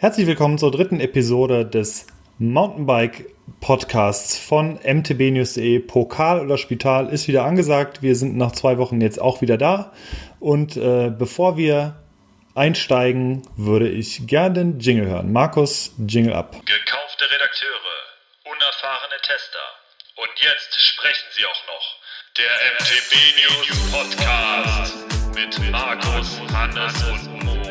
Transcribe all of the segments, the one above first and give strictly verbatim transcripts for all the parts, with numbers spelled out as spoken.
Herzlich willkommen zur dritten Episode des Mountainbike-Podcasts von m t b news punkt d e. Pokal oder Spital ist wieder angesagt. Wir sind nach zwei Wochen jetzt auch wieder da. Und äh, bevor wir einsteigen, würde ich gerne den Jingle hören. Markus, Jingle ab. Gekaufte Redakteure, unerfahrene Tester. Und jetzt sprechen sie auch noch. Der M T B News Podcast mit Markus, Hannes und Moritz.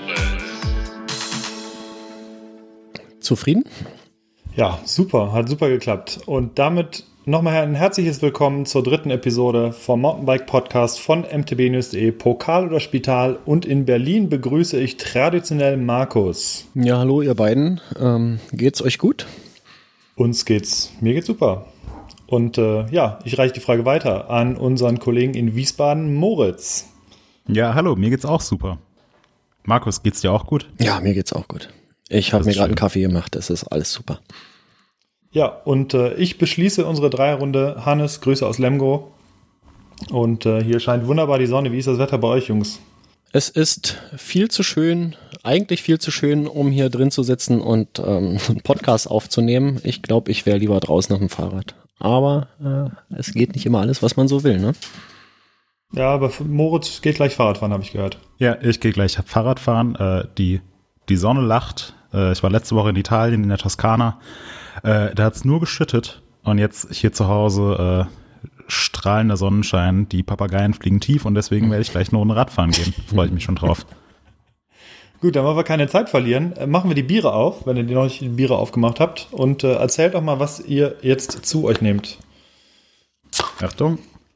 Zufrieden? Ja, super, hat super geklappt. Und damit nochmal ein herzliches Willkommen zur dritten Episode vom Mountainbike-Podcast von m t b news punkt d e, Pokal oder Spital. Und in Berlin begrüße ich traditionell Markus. Ja, hallo ihr beiden. Ähm, geht's euch gut? Uns geht's, mir geht's super. Und äh, ja, ich reiche die Frage weiter an unseren Kollegen in Wiesbaden, Moritz. Ja, hallo, mir geht's auch super. Markus, geht's dir auch gut? Ja, mir geht's auch gut. Ich habe mir gerade einen Kaffee gemacht, das ist alles super. Ja, und äh, ich beschließe unsere Dreierrunde. Hannes, Grüße aus Lemgo. Und äh, hier scheint wunderbar die Sonne. Wie ist das Wetter bei euch, Jungs? Es ist viel zu schön, eigentlich viel zu schön, um hier drin zu sitzen und ähm, einen Podcast aufzunehmen. Ich glaube, ich wäre lieber draußen auf dem Fahrrad. Aber äh, es geht nicht immer alles, was man so will, ne? Ja, aber Moritz geht gleich Fahrradfahren, habe ich gehört. Ja, ich gehe gleich Fahrradfahren. Äh, die, die Sonne lacht. Äh, ich war letzte Woche in Italien, in der Toskana. Äh, da hat es nur geschüttet. Und jetzt hier zu Hause äh, strahlender Sonnenschein. Die Papageien fliegen tief und deswegen werde ich gleich eine Runde Radfahren gehen. Freue ich mich schon drauf. Gut, dann wollen wir keine Zeit verlieren. Äh, machen wir die Biere auf, wenn ihr noch nicht die Biere aufgemacht habt. Und äh, erzählt doch mal, was ihr jetzt zu euch nehmt. Achtung.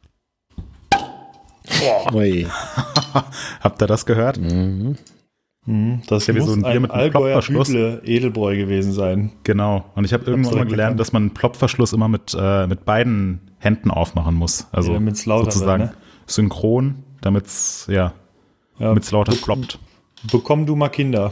Ui. Habt ihr das gehört? Mhm. Das Ja, wie muss so ein ein, Bier mit einem Allgäuer Plopverschluss. Büble Edelbräu gewesen sein. Genau. Und ich habe irgendwann direkt mal gelernt, erkannt. dass man einen Plopverschluss immer mit, äh, mit beiden Händen aufmachen muss. Also Ja, damit's lauter sozusagen wird, ne? synchron, damit es ja, Ja, damit's lauter be- ploppt. Bekomm du mal Kinder.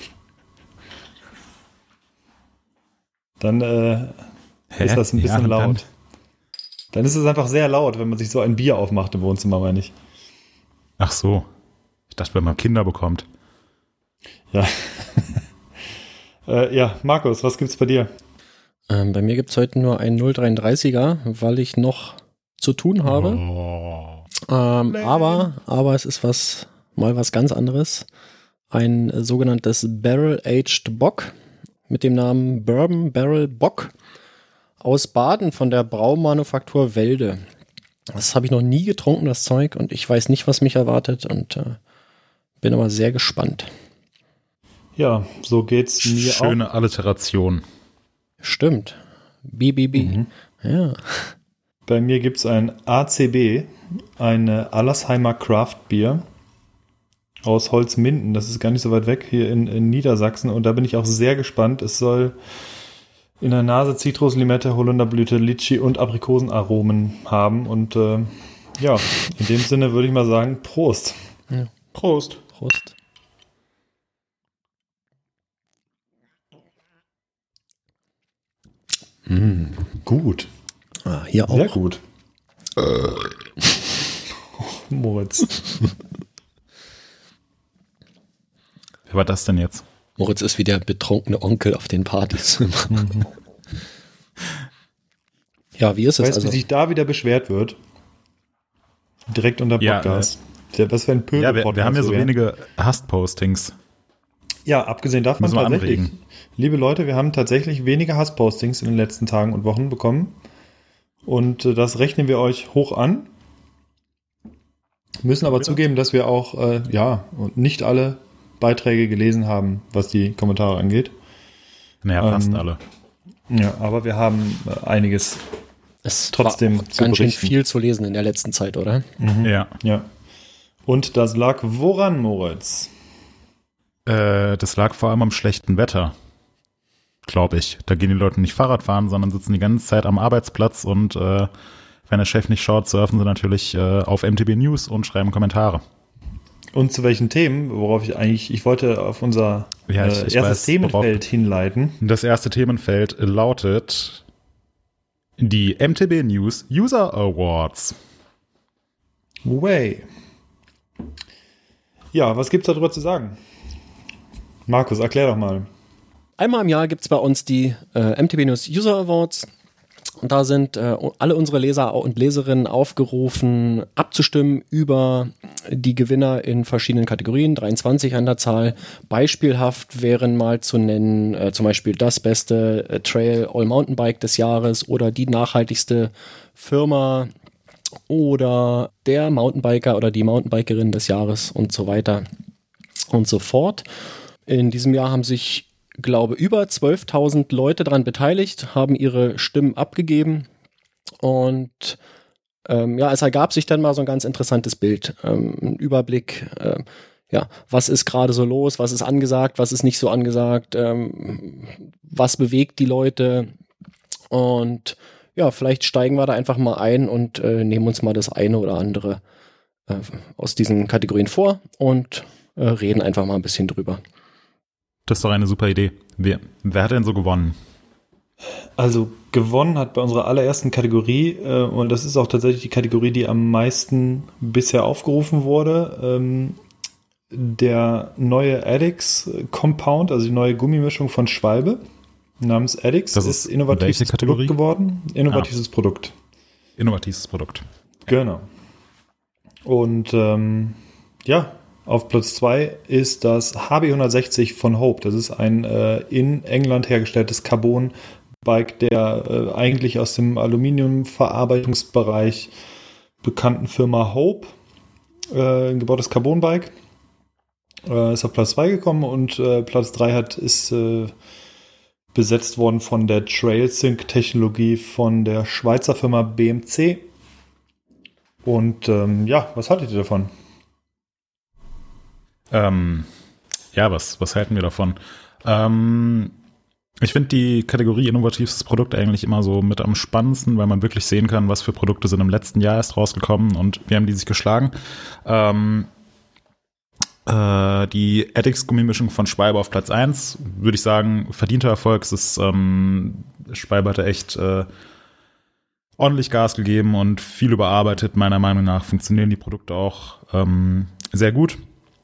Dann äh, Hä? ist das ein bisschen Ja, laut. dann- Dann, dann ist es einfach sehr laut, wenn man sich so ein Bier aufmacht im Wohnzimmer, meine ich. Ach so. Ich dachte, wenn man Kinder bekommt. Ja. äh, ja, Markus, was gibt's bei dir? Ähm, bei mir gibt's heute nur einen null dreiunddreißiger, weil ich noch zu tun habe. Oh. Ähm, aber, aber es ist was, mal was ganz anderes. Ein äh, sogenanntes Barrel-Aged Bock mit dem Namen Bourbon Barrel Bock aus Baden von der Braumanufaktur Welde. Das habe ich noch nie getrunken, das Zeug, und ich weiß nicht, was mich erwartet, und äh, bin aber sehr gespannt. Ja, so geht's mir Schöne auch. Alliteration. Stimmt. B B B. Mhm. Ja. Bei mir gibt's ein A C B, ein äh, Allersheimer Craft Beer aus Holzminden. Das ist gar nicht so weit weg, hier in, in Niedersachsen. Und da bin ich auch sehr gespannt. Es soll in der Nase Zitrus, Limette, Holunderblüte, Litschi und Aprikosenaromen haben. Und äh, ja, in dem Sinne würde ich mal sagen, Prost. Ja. Prost. Prost. Mm, gut. Ah, hier auch. Sehr gut. Oh, Moritz. Wer war das denn jetzt? Moritz ist wie der betrunkene Onkel auf den Partys. Mhm. Ja, wie ist es? Weißt du, Also, wie sich da wieder beschwert wird? Direkt unter Ja, Podcast. Der, was für ein Ja, Pöbel-Podcast. wir, wir haben ja so wäre. wenige Hasspostings. Ja, abgesehen davon Müssen wir tatsächlich, anregen. liebe Leute, wir haben tatsächlich weniger Hasspostings in den letzten Tagen und Wochen bekommen. Und äh, das rechnen wir euch hoch an. Müssen aber zugeben, dass wir auch, äh, ja, und nicht alle Beiträge gelesen haben, was die Kommentare angeht. Naja, fast Ähm, alle. Ja, aber wir haben äh, einiges. es trotzdem war auch zu ganz schön berichten. viel zu lesen in der letzten Zeit, oder? Ja. Ja. Und das lag woran, Moritz? Äh, das lag vor allem am schlechten Wetter. Glaube ich. Da gehen die Leute nicht Fahrrad fahren, sondern sitzen die ganze Zeit am Arbeitsplatz und äh, wenn der Chef nicht schaut, surfen sie natürlich äh, auf M T B News und schreiben Kommentare. Und zu welchen Themen, worauf ich eigentlich, ich wollte auf unser Ja, ich- äh, ich erstes weiß, Themenfeld hinleiten. Das erste Themenfeld lautet die M T B News User Awards. Way. Ja, was gibt's darüber zu sagen? Markus, erklär doch mal. einmal im Jahr gibt es bei uns die äh, M T B News User Awards. Und da sind äh, alle unsere Leser und Leserinnen aufgerufen, abzustimmen über die Gewinner in verschiedenen Kategorien, dreiundzwanzig an der Zahl. Beispielhaft wären mal zu nennen, äh, zum Beispiel das beste äh, Trail All Mountainbike des Jahres oder die nachhaltigste Firma oder der Mountainbiker oder die Mountainbikerin des Jahres und so weiter und so fort. In diesem Jahr haben sich, glaube über zwölftausend Leute daran beteiligt, haben ihre Stimmen abgegeben und ähm, ja, es ergab sich dann mal so ein ganz interessantes Bild, ähm, ein Überblick, äh, ja, was ist gerade so los, was ist angesagt, was ist nicht so angesagt, ähm, was bewegt die Leute und ja, vielleicht steigen wir da einfach mal ein und äh, nehmen uns mal das eine oder andere äh, aus diesen Kategorien vor und äh, reden einfach mal ein bisschen drüber. Das ist doch eine super Idee. Wer, wer hat denn so gewonnen? Also gewonnen hat bei unserer allerersten Kategorie, äh, und das ist auch tatsächlich die Kategorie, die am meisten bisher aufgerufen wurde, ähm, der neue Addix Compound, also die neue Gummimischung von Schwalbe namens Addix. Das ist ist innovatives welche Kategorie? Produkt geworden. Innovatives ah. Produkt. Innovatives Produkt. Genau. Und ähm, ja, auf Platz zwei ist das H B hundertsechzig von Hope. Das ist ein äh, in England hergestelltes Carbon-Bike der äh, eigentlich aus dem Aluminiumverarbeitungsbereich bekannten Firma Hope äh, ein gebautes Carbon-Bike. Äh, ist auf Platz zwei gekommen und äh, Platz drei hat, ist äh, besetzt worden von der TrailSync-Technologie von der Schweizer Firma B M C. Und ähm, ja, was haltet ihr davon? Ähm, ja, was, was halten wir davon? Ähm, ich finde die Kategorie innovativstes Produkt eigentlich immer so mit am spannendsten, weil man wirklich sehen kann, was für Produkte sind im letzten Jahr erst rausgekommen und wie haben die sich geschlagen. Ähm, äh, die Addix-Gummimischung von Schwalbe auf Platz eins, würde ich sagen, verdienter Erfolg. Es ist, ähm, Schwalbe hatte echt äh, ordentlich Gas gegeben und viel überarbeitet. Meiner Meinung nach funktionieren die Produkte auch ähm, sehr gut.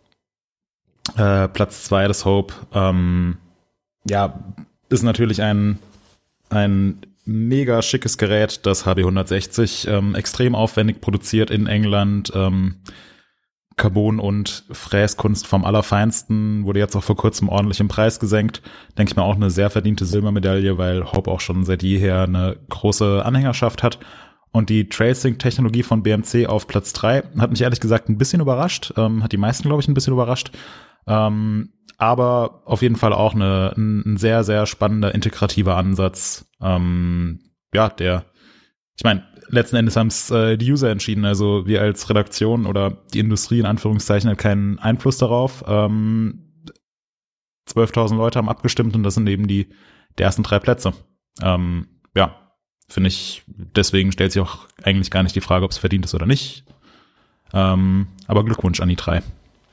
Äh, Platz zwei, das Hope, ähm, ja, ist natürlich ein, ein mega schickes Gerät, das H B hundertsechzig, ähm, extrem aufwendig produziert in England, ähm, Carbon- und Fräskunst vom Allerfeinsten, wurde jetzt auch vor kurzem ordentlich im Preis gesenkt. Denke ich mal auch eine sehr verdiente Silbermedaille, weil Hope auch schon seit jeher eine große Anhängerschaft hat. Und die TrailSync-Technologie von B M C auf Platz drei hat mich ehrlich gesagt ein bisschen überrascht, ähm, hat die meisten, glaube ich, ein bisschen überrascht. Ähm, aber auf jeden Fall auch eine, ein, ein sehr, sehr spannender, integrativer Ansatz. Ähm, ja, der, ich meine, letzten Endes haben es äh, die User entschieden, also wir als Redaktion oder die Industrie in Anführungszeichen hat keinen Einfluss darauf. Ähm, zwölftausend Leute haben abgestimmt und das sind eben die, die ersten drei Plätze. Ähm, ja, finde ich, deswegen stellt sich auch eigentlich gar nicht die Frage, ob es verdient ist oder nicht. Ähm, aber Glückwunsch an die drei.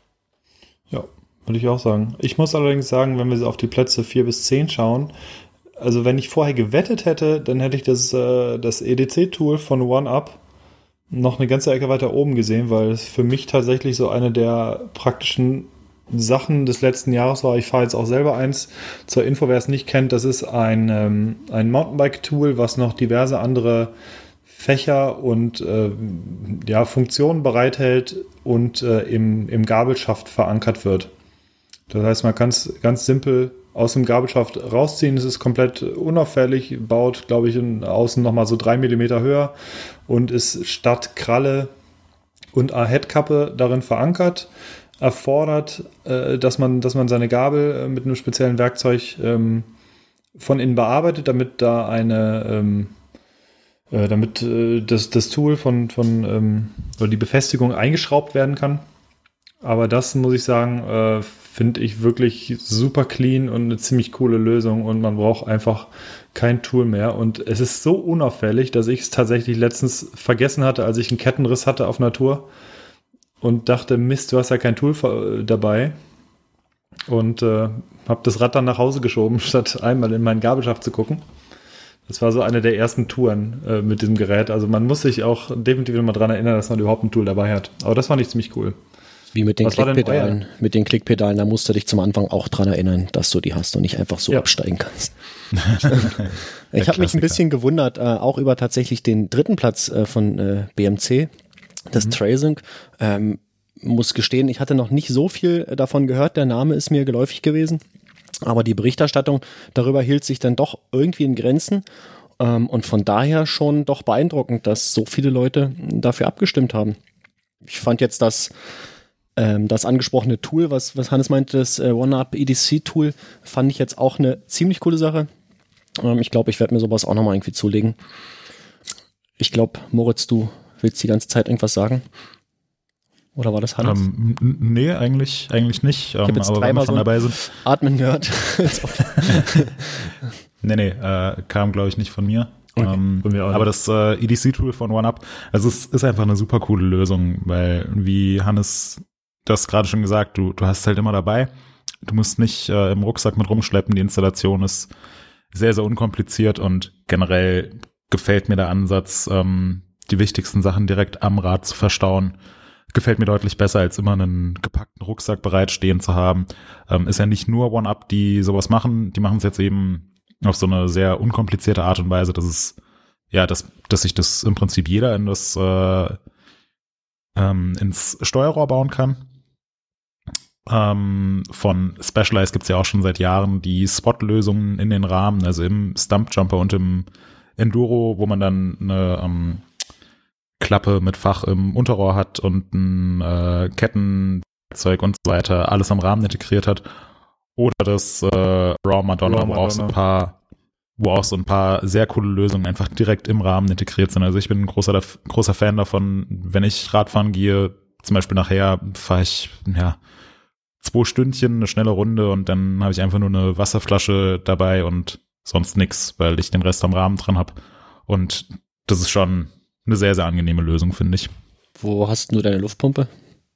Ja, würde ich auch sagen. Ich muss allerdings sagen, wenn wir auf die Plätze vier bis zehn schauen, also wenn ich vorher gewettet hätte, dann hätte ich das, äh, das E D C-Tool von OneUp noch eine ganze Ecke weiter oben gesehen, weil es für mich tatsächlich so eine der praktischen Sachen des letzten Jahres war. Ich fahre jetzt auch selber eins. Zur Info, wer es nicht kennt, das ist ein, ähm, ein Mountainbike-Tool, was noch diverse andere Fächer und äh, ja, Funktionen bereithält und äh, im, im Gabelschaft verankert wird. Das heißt, man kann es ganz simpel aus dem Gabelschaft rausziehen. Es ist komplett unauffällig, baut, glaube ich, in außen nochmal so drei Millimeter höher und ist statt Kralle und A-Head-Kappe darin verankert. Erfordert, äh, dass man, dass man seine Gabel äh, mit einem speziellen Werkzeug ähm, von innen bearbeitet, damit da eine, ähm, äh, damit äh, das, das Tool von, von ähm, oder die Befestigung eingeschraubt werden kann. Aber das, muss ich sagen, äh, finde ich wirklich super clean und eine ziemlich coole Lösung und man braucht einfach kein Tool mehr. Und es ist so unauffällig, dass ich es tatsächlich letztens vergessen hatte, als ich einen Kettenriss hatte auf einer Tour. Und dachte, Mist, du hast ja kein Tool dabei. Und äh, habe das Rad dann nach Hause geschoben, statt einmal in meinen Gabelschaft zu gucken. Das war so eine der ersten Touren äh, mit diesem Gerät. Also man muss sich auch definitiv noch mal dran erinnern, dass man überhaupt ein Tool dabei hat. Aber das fand ich ziemlich cool. Wie mit den Was war denn Klickpedalen. Mit den Klickpedalen, da musst du dich zum Anfang auch dran erinnern, dass du die hast und nicht einfach so Ja. absteigen kannst. Ich habe mich ein bisschen gewundert, äh, auch über tatsächlich den dritten Platz äh, von äh, B M C, das mhm. Trailsync. Ähm, muss gestehen, ich hatte noch nicht so viel davon gehört, der Name ist mir geläufig gewesen, aber die Berichterstattung darüber hielt sich dann doch irgendwie in Grenzen. Ähm, und von daher schon doch beeindruckend, dass so viele Leute dafür abgestimmt haben. Ich fand jetzt das Ähm, das angesprochene Tool, was, was Hannes meinte, das äh, OneUp E D C-Tool, fand ich jetzt auch eine ziemlich coole Sache. Ähm, ich glaube, ich werde mir sowas auch nochmal irgendwie zulegen. Ich glaube, Moritz, du willst die ganze Zeit irgendwas sagen? Oder war das Hannes? Ähm, nee, eigentlich, eigentlich nicht. Ich Ähm, jetzt aber wenn wir schon so dabei sind. Atmen gehört. nee, nee, äh, kam, glaube ich, nicht von mir. Okay. Ähm, von mir auch aber nicht. Das äh, E D C-Tool von OneUp, also es ist einfach eine super coole Lösung, weil, wie Hannes das gerade schon gesagt, du, du hast es halt immer dabei. Du musst nicht äh, im Rucksack mit rumschleppen. Die Installation ist sehr, sehr unkompliziert und generell gefällt mir der Ansatz, ähm, die wichtigsten Sachen direkt am Rad zu verstauen. Gefällt mir deutlich besser, als immer einen gepackten Rucksack bereitstehen zu haben. Ähm, ist ja nicht nur OneUp, die sowas machen. Die machen es jetzt eben auf so eine sehr unkomplizierte Art und Weise, dass es, ja, dass, dass sich das im Prinzip jeder in das, äh, ähm, ins Steuerrohr bauen kann. Ähm, von Specialized gibt's ja auch schon seit Jahren die Spot-Lösungen in den Rahmen, also im Stumpjumper und im Enduro, wo man dann eine ähm, Klappe mit Fach im Unterrohr hat und ein äh, Kettenzeug und so weiter, alles am Rahmen integriert hat. Oder das äh, Raw Madonna, Raw wo auch so ein paar, wo auch so ein paar sehr coole Lösungen einfach direkt im Rahmen integriert sind. Also ich bin ein großer, großer Fan davon, wenn ich Radfahren gehe, zum Beispiel nachher fahre ich, ja, zwei Stündchen, eine schnelle Runde und dann habe ich einfach nur eine Wasserflasche dabei und sonst nix, weil ich den Rest am Rahmen dran habe. Und das ist schon eine sehr, sehr angenehme Lösung, finde ich. Wo hast du deine Luftpumpe?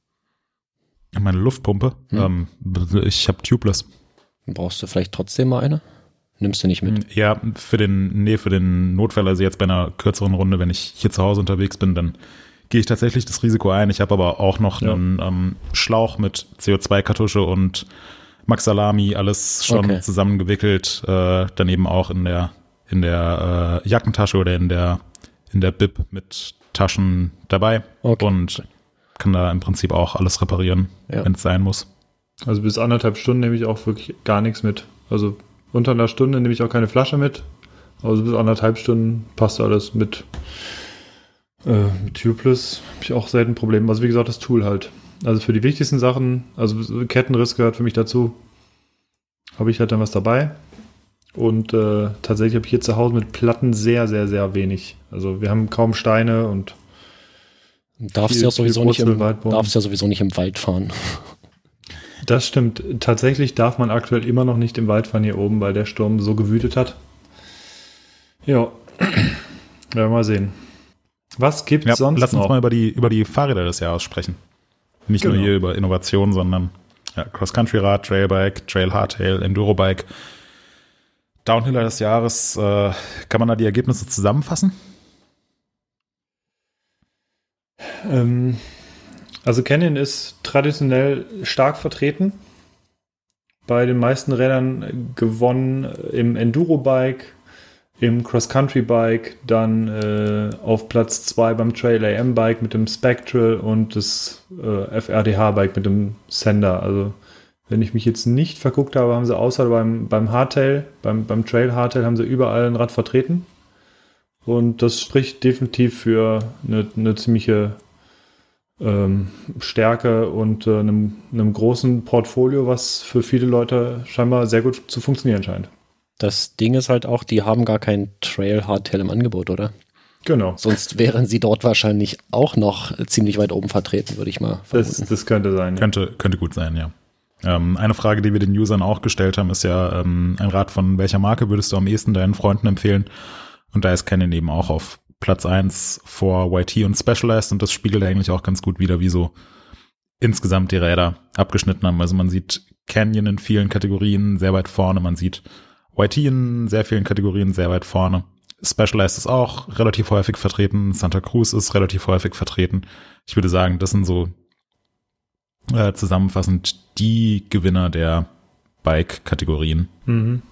Meine Luftpumpe? Hm. Ähm, ich habe Tubeless. Brauchst du vielleicht trotzdem mal eine? Nimmst du nicht mit? Ja, für den, nee, für den Notfall, also jetzt bei einer kürzeren Runde, wenn ich hier zu Hause unterwegs bin, dann gehe ich tatsächlich das Risiko ein. Ich habe aber auch noch ja. einen ähm, Schlauch mit C O zwei Kartusche und Max Salami, alles schon okay. zusammengewickelt, äh, daneben auch in der in der äh, Jackentasche oder in der in der Bib mit Taschen dabei okay. und kann da im Prinzip auch alles reparieren, ja. wenn es sein muss. Also bis anderthalb Stunden nehme ich auch wirklich gar nichts mit. Also unter einer Stunde nehme ich auch keine Flasche mit. Also bis anderthalb Stunden passt alles mit. Äh, mit Tubeless habe ich auch selten Probleme. Also wie gesagt, das Tool halt. Also für die wichtigsten Sachen, also Kettenriss gehört für mich dazu, habe ich halt dann was dabei. Und äh, tatsächlich habe ich hier zu Hause mit Platten sehr, sehr, sehr wenig. Also wir haben kaum Steine und darfst ja sowieso nicht im, darfst ja sowieso nicht im Wald fahren. Das stimmt. Tatsächlich darf man aktuell immer noch nicht im Wald fahren hier oben, weil der Sturm so gewütet hat. Ja, werden wir mal sehen. Was gibt's ja, sonst lass noch? Lass uns mal über die, über die Fahrräder des Jahres sprechen. Nicht genau. nur hier über Innovation, sondern ja, Cross-Country-Rad, Trailbike, Trail-Hardtail, Enduro-Bike. Downhiller des Jahres, äh, kann man da die Ergebnisse zusammenfassen? Ähm, also Canyon ist traditionell stark vertreten. Bei den meisten Rädern gewonnen im Enduro-Bike, im Cross-Country-Bike, dann äh, auf Platz zwei beim Trail-A M-Bike mit dem Spectral und das äh, F R D H-Bike mit dem Sender. Also wenn ich mich jetzt nicht verguckt habe, haben sie außer beim, beim Hardtail, beim, beim Trail Hardtail, haben sie überall ein Rad vertreten. Und das spricht definitiv für eine, eine ziemliche ähm, Stärke und äh, einem, einem großen Portfolio, was für viele Leute scheinbar sehr gut zu funktionieren scheint. Das Ding ist halt auch, die haben gar kein Trail Hardtail im Angebot, oder? Genau. Sonst wären sie dort wahrscheinlich auch noch ziemlich weit oben vertreten, würde ich mal vermuten. Das, das könnte sein. Ja. Könnte, könnte gut sein, ja. Ähm, eine Frage, die wir den Usern auch gestellt haben, ist ja, ähm, ein Rad von welcher Marke würdest du am ehesten deinen Freunden empfehlen? Und da ist Canyon eben auch auf Platz eins vor Y T und Specialized und das spiegelt eigentlich auch ganz gut wider, wie so insgesamt die Räder abgeschnitten haben. Also man sieht Canyon in vielen Kategorien sehr weit vorne, man sieht Y T in sehr vielen Kategorien sehr weit vorne. Specialized ist auch relativ häufig vertreten, Santa Cruz ist relativ häufig vertreten. Ich würde sagen, das sind so äh, zusammenfassend die Gewinner der Bike-Kategorien. Mhm.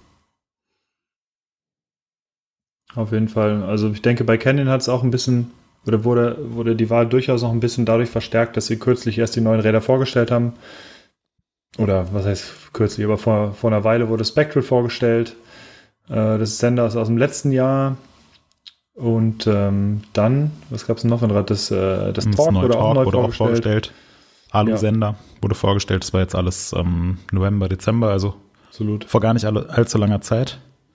Auf jeden Fall. Also ich denke, bei Canyon hat es auch ein bisschen, oder wurde, wurde die Wahl durchaus noch ein bisschen dadurch verstärkt, dass sie kürzlich erst die neuen Räder vorgestellt haben. Oder was heißt kürzlich, aber vor, vor einer Weile wurde Spectral vorgestellt. Äh, das Sender ist aus dem letzten Jahr. Und ähm, dann, was gab es noch für ein Rad? Das, äh, das, das Torque wurde auch neu wurde vorgestellt. Auch vorgestellt. Alu-Sender ja. wurde vorgestellt. Das war jetzt alles ähm, November, Dezember, also absolut vor gar nicht alle, allzu langer Zeit.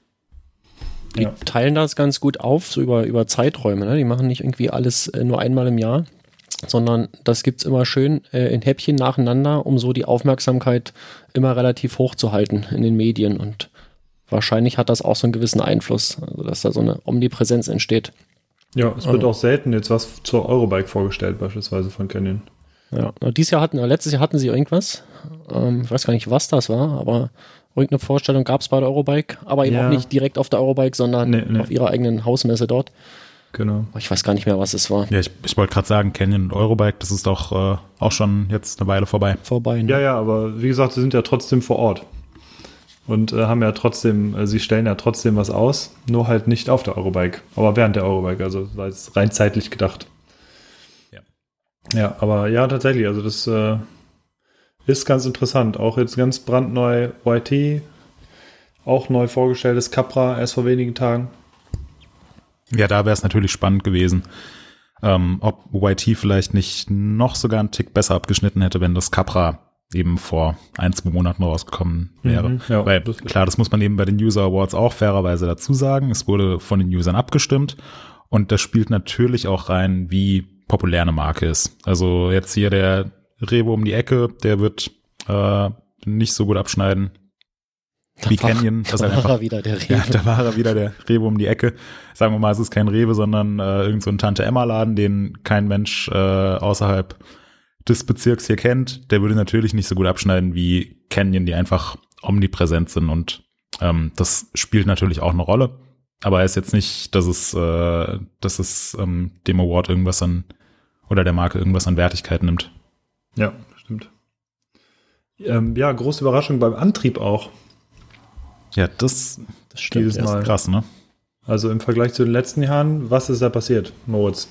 Die ja. teilen das ganz gut auf, so über, über Zeiträume. Ne? Die machen nicht irgendwie alles äh, nur einmal im Jahr, sondern das gibt es immer schön äh, in Häppchen nacheinander, um so die Aufmerksamkeit immer relativ hoch zu halten in den Medien. Und wahrscheinlich hat das auch so einen gewissen Einfluss, also dass da so eine Omnipräsenz entsteht. Ja, es wird also. auch selten jetzt was zur Eurobike vorgestellt, beispielsweise von Canyon. Ja, dieses Jahr hatten, letztes Jahr hatten sie irgendwas. Ähm, ich weiß gar nicht, was das war, aber irgendeine Vorstellung gab es bei der Eurobike, aber eben ja. auch nicht direkt auf der Eurobike, sondern nee, nee. auf ihrer eigenen Hausmesse dort. Genau. Ich weiß gar nicht mehr, was es war. Ja, ich, ich wollte gerade sagen, Canyon und Eurobike, das ist doch äh, auch schon jetzt eine Weile vorbei. Vorbei, ne? Ja, ja, aber wie gesagt, sie sind ja trotzdem vor Ort. Und äh, haben ja trotzdem, äh, sie stellen ja trotzdem was aus, nur halt nicht auf der Eurobike, aber während der Eurobike, also war es rein zeitlich gedacht. Ja. Ja, aber ja, tatsächlich, also das äh, ist ganz interessant. Auch jetzt ganz brandneu Y T, auch neu vorgestelltes Capra, erst vor wenigen Tagen. Ja, da wäre es natürlich spannend gewesen, ähm, ob Y T vielleicht nicht noch sogar einen Tick besser abgeschnitten hätte, wenn das Capra eben vor ein, zwei Monaten rausgekommen wäre. Mhm, ja, Weil das klar, das muss man eben bei den User Awards auch fairerweise dazu sagen. Es wurde von den Usern abgestimmt und das spielt natürlich auch rein, wie populär eine Marke ist. Also jetzt hier der Revo um die Ecke, der wird äh, nicht so gut abschneiden da wie war, Canyon. Da war einfach, er wieder der Rewe. Ja, da war er wieder der Rewe um die Ecke. Sagen wir mal, es ist kein Rewe, sondern äh, irgend so ein Tante-Emma-Laden, den kein Mensch äh, außerhalb des Bezirks hier kennt. Der würde natürlich nicht so gut abschneiden wie Canyon, die einfach omnipräsent sind. Und ähm, das spielt natürlich auch eine Rolle. Aber er ist jetzt nicht, dass es, äh, dass es ähm, dem Award irgendwas an oder der Marke irgendwas an Wertigkeit nimmt. Ja, stimmt. Ähm, ja, große Überraschung beim Antrieb auch. Ja, das, das stimmt. Dieses Mal. Krass, ne? Also im Vergleich zu den letzten Jahren, was ist da passiert, Moritz?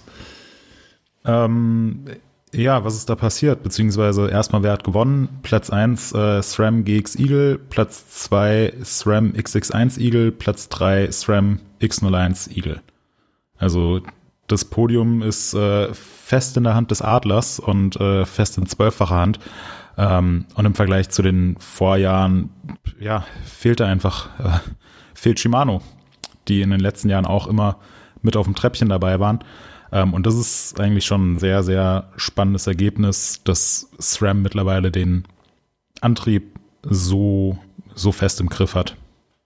Ähm, ja, was ist da passiert? Beziehungsweise erstmal, wer hat gewonnen? Platz eins äh, SRAM G X Eagle, Platz zwei SRAM X X eins Eagle, Platz drei SRAM X null eins Eagle. Also das Podium ist äh, fest in der Hand des Adlers und äh, fest in zwölffacher Hand. Ähm, und im Vergleich zu den Vorjahren, ja, fehlte einfach, äh, fehlt Shimano, die in den letzten Jahren auch immer mit auf dem Treppchen dabei waren. Ähm, und das ist eigentlich schon ein sehr, sehr spannendes Ergebnis, dass SRAM mittlerweile den Antrieb so, so fest im Griff hat.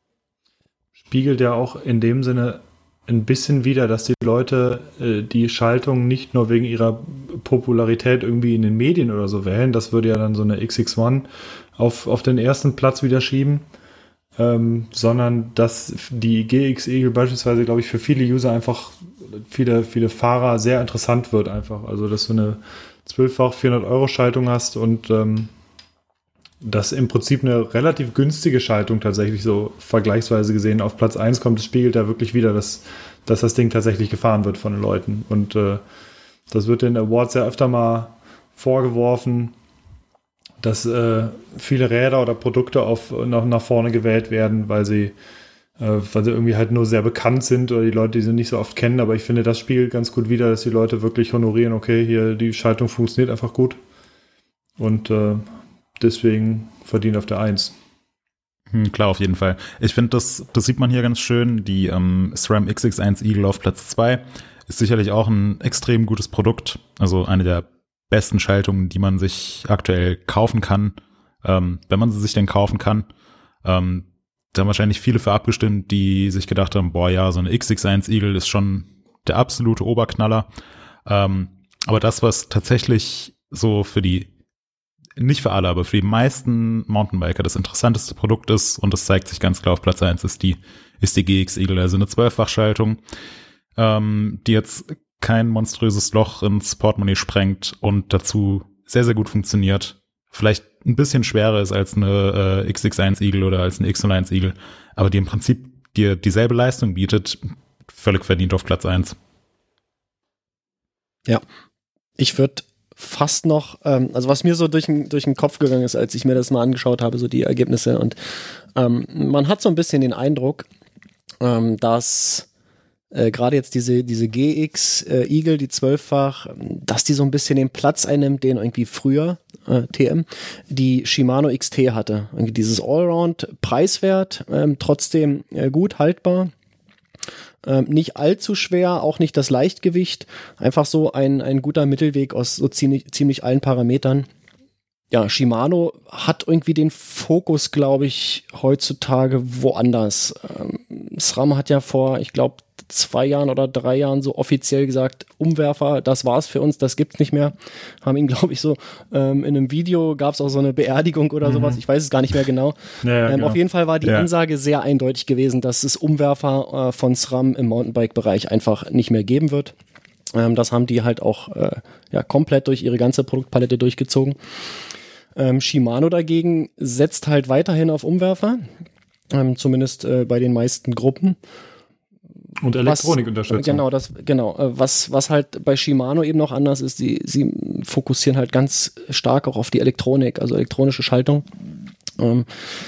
Spiegelt ja auch in dem Sinne ein bisschen wider, dass die Leute äh, die Schaltung nicht nur wegen ihrer Popularität irgendwie in den Medien oder so wählen, das würde ja dann so eine X X eins auf, auf den ersten Platz wieder schieben, ähm, sondern dass die G X Eagle beispielsweise, glaube ich, für viele User einfach, viele, viele Fahrer sehr interessant wird einfach. Also, dass du eine zwölffach vierhundert Euro Schaltung hast und ähm, das im Prinzip eine relativ günstige Schaltung tatsächlich so vergleichsweise gesehen auf Platz eins kommt. Das spiegelt da wirklich wieder, dass, dass das Ding tatsächlich gefahren wird von den Leuten. Und äh, das wird den Awards ja öfter mal vorgeworfen, dass äh, viele Räder oder Produkte auf, nach, nach vorne gewählt werden, weil sie, äh, weil sie irgendwie halt nur sehr bekannt sind oder die Leute, die sie nicht so oft kennen. Aber ich finde, das spiegelt ganz gut wider, dass die Leute wirklich honorieren, okay, hier die Schaltung funktioniert einfach gut. Und äh, deswegen verdient auf der eins. Hm, klar, auf jeden Fall. Ich finde, das, das sieht man hier ganz schön. Die ähm, SRAM X X eins Eagle auf Platz zwei ist sicherlich auch ein extrem gutes Produkt. Also eine der besten Schaltungen, die man sich aktuell kaufen kann, ähm, wenn man sie sich denn kaufen kann. Ähm, da haben wahrscheinlich viele für abgestimmt, die sich gedacht haben, boah ja, so eine X X eins Eagle ist schon der absolute Oberknaller. Ähm, aber das, was tatsächlich so für die nicht für alle, aber für die meisten Mountainbiker das interessanteste Produkt ist, und das zeigt sich ganz klar auf Platz eins, ist die, ist die G X Eagle, also eine zwölffachschaltung, ähm, die jetzt kein monströses Loch ins Portemonnaie sprengt und dazu sehr, sehr gut funktioniert. vielleicht ein bisschen schwerer ist als eine äh, X X eins Eagle oder als eine X null eins Eagle, aber die im Prinzip dir dieselbe Leistung bietet, völlig verdient auf Platz eins. Ja, ich würde fast noch, ähm, also was mir so durch den durch den Kopf gegangen ist, als ich mir das mal angeschaut habe, so die Ergebnisse, und ähm, man hat so ein bisschen den Eindruck, ähm, dass Äh, gerade jetzt diese, diese G X äh, Eagle, die zwölffach, dass die so ein bisschen den Platz einnimmt, den irgendwie früher äh, T M die Shimano X T hatte. Irgendwie dieses Allround preiswert, ähm, trotzdem äh, gut haltbar, ähm, nicht allzu schwer, auch nicht das Leichtgewicht, einfach so ein, ein guter Mittelweg aus so ziemlich, ziemlich allen Parametern. Ja, Shimano hat irgendwie den Fokus, glaube ich, heutzutage woanders. Ähm, SRAM hat ja vor, ich glaube, zwei Jahren oder drei Jahren so offiziell gesagt, Umwerfer, das war's für uns, das gibt's nicht mehr. Haben ihn, glaube ich, so ähm, in einem Video gab es auch so eine Beerdigung oder mhm. sowas, ich weiß es gar nicht mehr genau. Ja, ja, ähm, genau. Auf jeden Fall war die ja. Ansage sehr eindeutig gewesen, dass es Umwerfer äh, von SRAM im Mountainbike-Bereich einfach nicht mehr geben wird. Ähm, das haben die halt auch äh, ja, komplett durch ihre ganze Produktpalette durchgezogen. Ähm, Shimano dagegen setzt halt weiterhin auf Umwerfer, ähm, zumindest äh, bei den meisten Gruppen. Und Elektronikunterstützung. Genau, das, genau. Was, was halt bei Shimano eben noch anders ist, die, sie fokussieren halt ganz stark auch auf die Elektronik, also elektronische Schaltung. Ähm,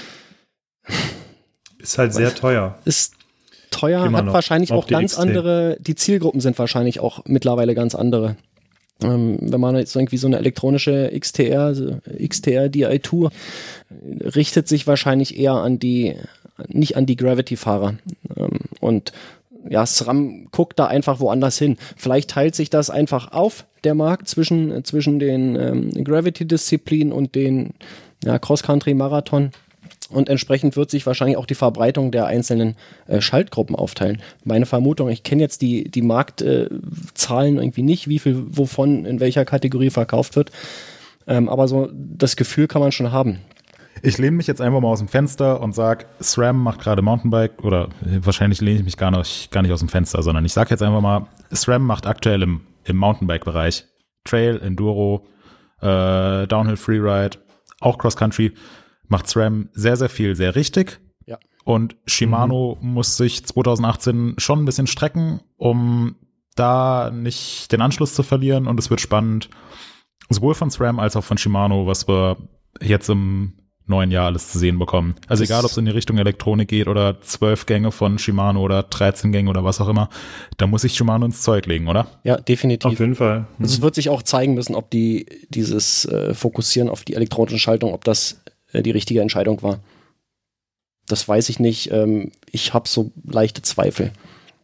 ist halt sehr teuer. Ist teuer, Immer hat noch. wahrscheinlich auch, auch ganz X T. andere, die Zielgruppen sind wahrscheinlich auch mittlerweile ganz andere. Ähm, wenn man jetzt irgendwie so eine elektronische X T R, also X T R D I zwei, richtet sich wahrscheinlich eher an die, nicht an die Gravity-Fahrer. Ähm, und ja, SRAM guckt da einfach woanders hin. Vielleicht teilt sich das einfach auf, der Markt, zwischen, zwischen den ähm, Gravity-Disziplinen und den ja, Cross-Country-Marathon. Und entsprechend wird sich wahrscheinlich auch die Verbreitung der einzelnen äh, Schaltgruppen aufteilen. Meine Vermutung, ich kenne jetzt die, die Marktzahlen äh, irgendwie nicht, wie viel wovon in welcher Kategorie verkauft wird. Ähm, aber so das Gefühl kann man schon haben. Ich lehne mich jetzt einfach mal aus dem Fenster und sage, SRAM macht gerade Mountainbike, oder wahrscheinlich lehne ich mich gar nicht, gar nicht aus dem Fenster, sondern ich sage jetzt einfach mal, SRAM macht aktuell im, im Mountainbike-Bereich Trail, Enduro, äh, Downhill Freeride, auch Cross-Country, macht SRAM sehr, sehr viel, sehr richtig. Ja. Und Shimano mhm. muss sich zwanzig achtzehn schon ein bisschen strecken, um da nicht den Anschluss zu verlieren. Und es wird spannend, sowohl von SRAM als auch von Shimano, was wir jetzt im neuen Jahr alles zu sehen bekommen. Also das egal, ob es in die Richtung Elektronik geht oder zwölf Gänge von Shimano oder dreizehn Gänge oder was auch immer, da muss sich Shimano ins Zeug legen, oder? Ja, definitiv. Auf jeden Fall. Mhm. Es wird sich auch zeigen müssen, ob die dieses äh, Fokussieren auf die elektronische Schaltung, ob das äh, die richtige Entscheidung war. Das weiß ich nicht. Ähm, ich habe so leichte Zweifel.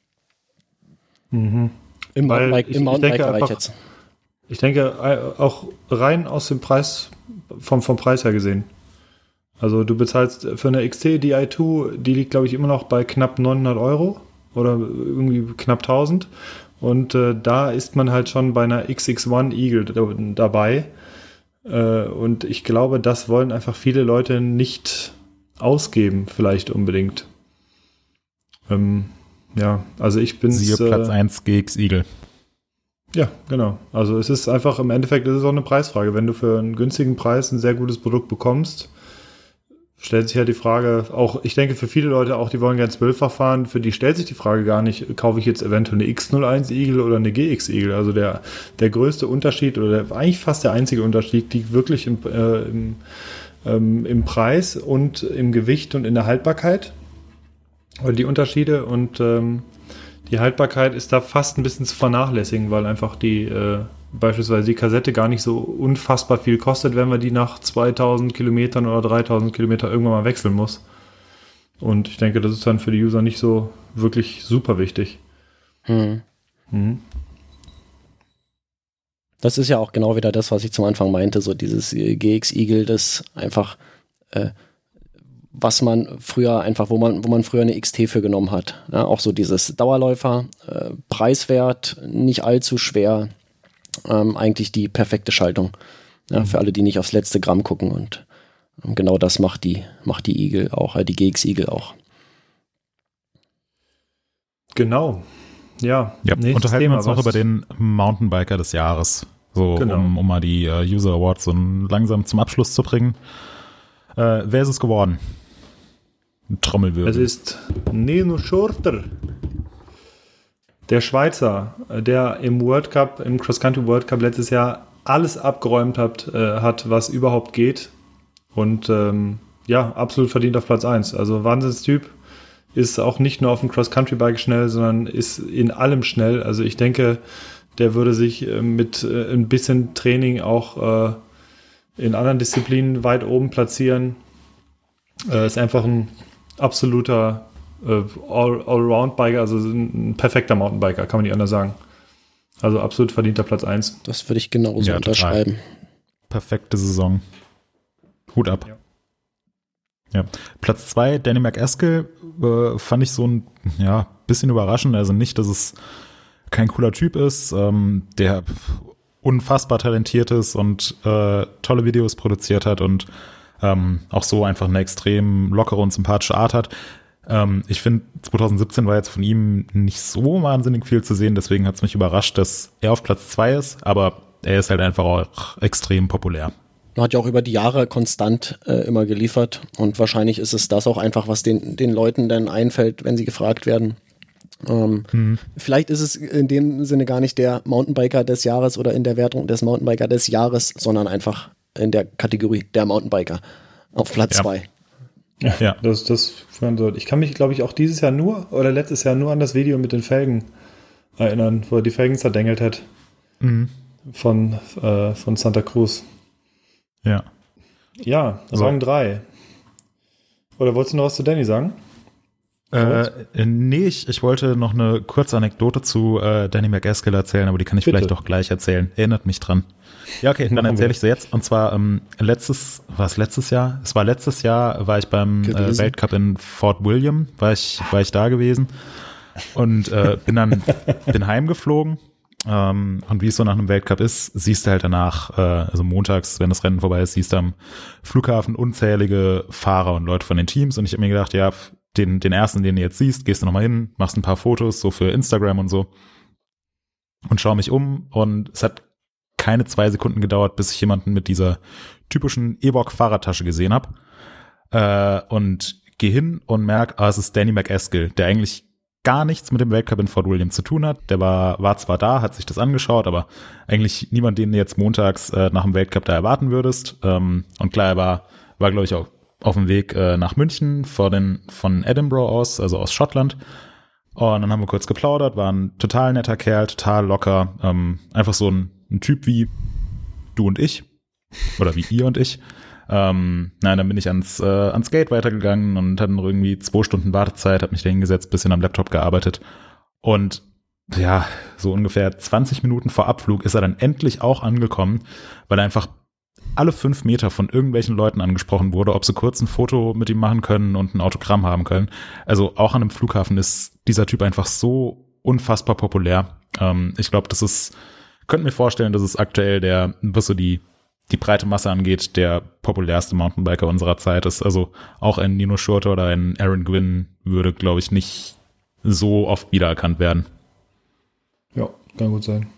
Mhm. Im Mountainbike- im Mountainbike-Bereich jetzt. Ich denke, auch rein aus dem Preis, vom, vom Preis her gesehen. Also du bezahlst für eine X T D I zwei, die liegt, glaube ich, immer noch bei knapp neunhundert Euro oder irgendwie knapp tausend. Und äh, da ist man halt schon bei einer X X eins Eagle d- dabei. Äh, und ich glaube, das wollen einfach viele Leute nicht ausgeben, vielleicht unbedingt. Ähm, ja, also ich bin Siehe Platz äh, eins G X Eagle. Ja, genau. Also es ist einfach, im Endeffekt ist es auch eine Preisfrage. Wenn du für einen günstigen Preis ein sehr gutes Produkt bekommst, stellt sich ja die Frage, auch ich denke für viele Leute auch, die wollen gerne zwölffach fahren, für die stellt sich die Frage gar nicht, kaufe ich jetzt eventuell eine X null eins Eagle oder eine G X Eagle. Also der, der größte Unterschied oder der, eigentlich fast der einzige Unterschied liegt wirklich im, äh, im, ähm, im Preis und im Gewicht und in der Haltbarkeit. Oder die Unterschiede und ähm, die Haltbarkeit ist da fast ein bisschen zu vernachlässigen, weil einfach die äh, beispielsweise die Kassette gar nicht so unfassbar viel kostet, wenn man die nach zweitausend Kilometern oder dreitausend Kilometern irgendwann mal wechseln muss. Und ich denke, das ist dann für die User nicht so wirklich super wichtig. Hm. Mhm. Das ist ja auch genau wieder das, was ich zum Anfang meinte, so dieses G X Eagle, das einfach äh, was man früher einfach, wo man, wo man früher eine X T für genommen hat. Ja, auch so dieses Dauerläufer, äh, preiswert, nicht allzu schwer, ähm, eigentlich die perfekte Schaltung. Ja, mhm. Für alle, die nicht aufs letzte Gramm gucken und ähm, genau das macht die, macht die Eagle auch, äh, die G X Eagle auch. Genau. Ja. ja unterhalten Thema, wir uns noch über den Mountainbiker des Jahres. So, Genau. um, um mal die äh, User Awards so langsam zum Abschluss zu bringen. Äh, wer ist es geworden? Ein Trommelwirbel. Es ist Nino Schurter, der Schweizer, der im World Cup, im Cross-Country World Cup letztes Jahr alles abgeräumt hat, äh, hat, was überhaupt geht. Und ähm, ja, absolut verdient auf Platz eins. Also Wahnsinnstyp, ist auch nicht nur auf dem Cross-Country-Bike schnell, sondern ist in allem schnell. Also ich denke, der würde sich äh, mit äh, ein bisschen Training auch äh, in anderen Disziplinen weit oben platzieren. Äh, ist einfach ein absoluter äh, All- Allround-Biker, also ein perfekter Mountainbiker, kann man nicht anders sagen. Also absolut verdienter Platz eins. Das würde ich genauso Ja, unterschreiben. Perfekte Saison. Hut ab. Ja. Ja. Platz zwei, Danny McEskill, äh, fand ich so ein ja, bisschen überraschend. Also nicht, dass es kein cooler Typ ist, ähm, der unfassbar talentiert ist und äh, tolle Videos produziert hat und ähm, auch so einfach eine extrem lockere und sympathische Art hat. Ähm, ich finde, zwanzig siebzehn war jetzt von ihm nicht so wahnsinnig viel zu sehen, deswegen hat es mich überrascht, dass er auf Platz zwei ist, aber er ist halt einfach auch extrem populär. Er hat ja auch über die Jahre konstant äh, immer geliefert und wahrscheinlich ist es das auch einfach, was den, den Leuten dann einfällt, wenn sie gefragt werden. Ähm, mhm. Vielleicht ist es in dem Sinne gar nicht der Mountainbiker des Jahres oder in der Wertung des Mountainbiker des Jahres, sondern einfach in der Kategorie der Mountainbiker auf Platz zwei. Ja, Ja. das, das, ich kann mich, glaube ich, auch dieses Jahr nur oder letztes Jahr nur an das Video mit den Felgen erinnern, wo er die Felgen zerdengelt hat Mhm. von, äh, von Santa Cruz. Ja. Ja, So. Rang drei. Oder wolltest du noch was zu Danny sagen? Äh, nee, ich, ich wollte noch eine kurze Anekdote zu äh, Danny McEskill erzählen, aber die kann ich Bitte. vielleicht auch gleich erzählen. Erinnert mich dran. Ja, okay, dann Machen erzähle wir. ich sie jetzt. Und zwar ähm, letztes, war es letztes Jahr? Es war letztes Jahr, war ich beim äh, Gewesen. Weltcup in Fort William, war ich, war ich da gewesen und äh, bin dann bin heimgeflogen. Ähm, und wie es so nach einem Weltcup ist, siehst du halt danach, äh, also montags, wenn das Rennen vorbei ist, siehst du am Flughafen unzählige Fahrer und Leute von den Teams. Und ich habe mir gedacht, ja, den, den ersten, den du jetzt siehst, gehst du nochmal hin, machst ein paar Fotos, so für Instagram und so. Und schau mich um. Und es hat keine zwei Sekunden gedauert, bis ich jemanden mit dieser typischen Evoque-Fahrradtasche gesehen habe. Äh, und gehe hin und merke, ah, es ist Danny McEskill, der eigentlich gar nichts mit dem Weltcup in Fort William zu tun hat. Der war, war zwar da, hat sich das angeschaut, aber eigentlich niemand, den du jetzt montags äh, nach dem Weltcup da erwarten würdest. Ähm, und klar, er war, war glaube ich, auch auf dem Weg äh, nach München vor den, von Edinburgh aus, also aus Schottland. Und dann haben wir kurz geplaudert, war ein total netter Kerl, total locker. Ähm, einfach so ein, ein Typ wie du und ich. Oder wie ihr und ich. Ähm, nein, dann bin ich ans, äh, ans Gate weitergegangen und hatte noch irgendwie zwei Stunden Wartezeit, habe mich da hingesetzt, bisschen am Laptop gearbeitet und ja, so ungefähr zwanzig Minuten vor Abflug ist er dann endlich auch angekommen, weil er einfach alle fünf Meter von irgendwelchen Leuten angesprochen wurde, ob sie kurz ein Foto mit ihm machen können und ein Autogramm haben können. Also auch an einem Flughafen ist dieser Typ einfach so unfassbar populär. Ähm, ich glaube, das ist, könnte mir vorstellen, dass es aktuell der, was so die die breite Masse angeht, der populärste Mountainbiker unserer Zeit ist. Also auch ein Nino Schurter oder ein Aaron Gwin würde, glaube ich, nicht so oft wiedererkannt werden. Ja, kann gut sein.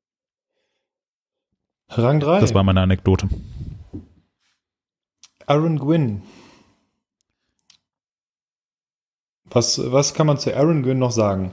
Rang drei. Das war meine Anekdote. Aaron Gwin. Was, was kann man zu Aaron Gwin noch sagen?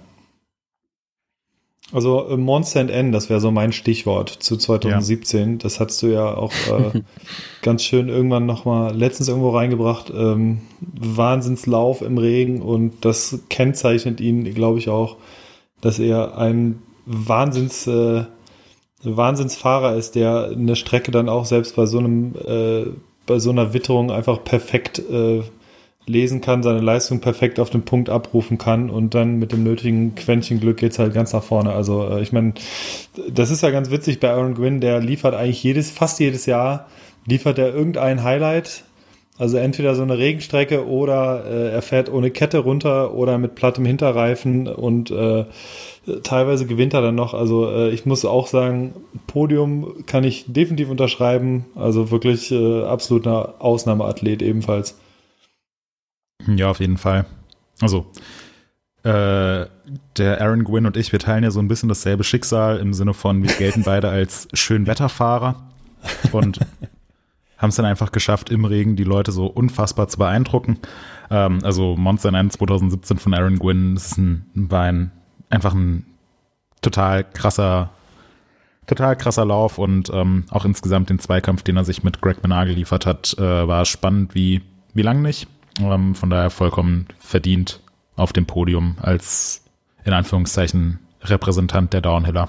Also äh, Monster and N, das wäre so mein Stichwort zu zwanzig siebzehn. Ja. Das hast du ja auch äh, ganz schön irgendwann nochmal letztens irgendwo reingebracht. Ähm, Wahnsinnslauf im Regen und das kennzeichnet ihn, glaube ich, auch, dass er ein Wahnsinns, äh, Wahnsinnsfahrer ist, der eine Strecke dann auch selbst bei so einem äh, bei so einer Witterung einfach perfekt äh, lesen kann, seine Leistung perfekt auf den Punkt abrufen kann und dann mit dem nötigen Quäntchen Glück geht's halt ganz nach vorne. Also äh, ich meine, das ist ja ganz witzig bei Aaron Gwin, der liefert eigentlich jedes, fast jedes Jahr, liefert er irgendein Highlight, also entweder so eine Regenstrecke oder äh, er fährt ohne Kette runter oder mit plattem Hinterreifen und äh, teilweise gewinnt er dann noch. Also äh, ich muss auch sagen, Podium kann ich definitiv unterschreiben, also wirklich äh, absoluter Ausnahmeathlet ebenfalls. Ja, auf jeden Fall. Also äh, der Aaron Gwynn und ich, wir teilen ja so ein bisschen dasselbe Schicksal im Sinne von, wir gelten beide als Schönwetterfahrer und haben es dann einfach geschafft, im Regen die Leute so unfassbar zu beeindrucken. Ähm, also Monster N zwanzig siebzehn von Aaron Gwynn, das ist ein, war ein, einfach ein total krasser, total krasser Lauf und ähm, auch insgesamt den Zweikampf, den er sich mit Greg Minnar geliefert hat, äh, war spannend wie, wie lang nicht. Ähm, von daher vollkommen verdient auf dem Podium als, in Anführungszeichen, Repräsentant der Downhiller.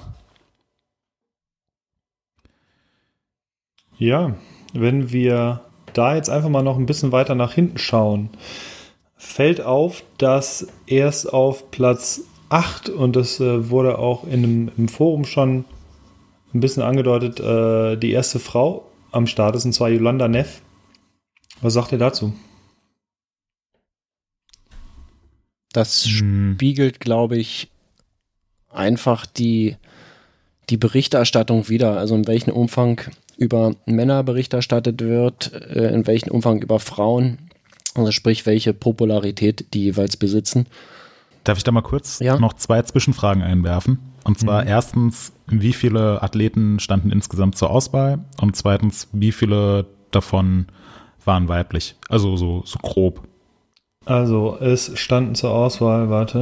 Ja, wenn wir da jetzt einfach mal noch ein bisschen weiter nach hinten schauen, fällt auf, dass erst auf Platz acht, und das äh, wurde auch in einem, im Forum schon ein bisschen angedeutet, äh, die erste Frau am Start ist, und zwar Yolanda Neff. Was sagt ihr dazu? Das spiegelt, glaube ich, einfach die, die Berichterstattung wider. Also in welchem Umfang über Männer Bericht erstattet wird, äh, in welchem Umfang über Frauen, also sprich, welche Popularität die jeweils besitzen. Darf ich da mal kurz ja? noch zwei Zwischenfragen einwerfen? Und zwar mhm. erstens, wie viele Athleten standen insgesamt zur Auswahl? Und zweitens, wie viele davon waren weiblich? Also so, so grob. Also, es standen zur Auswahl, warte,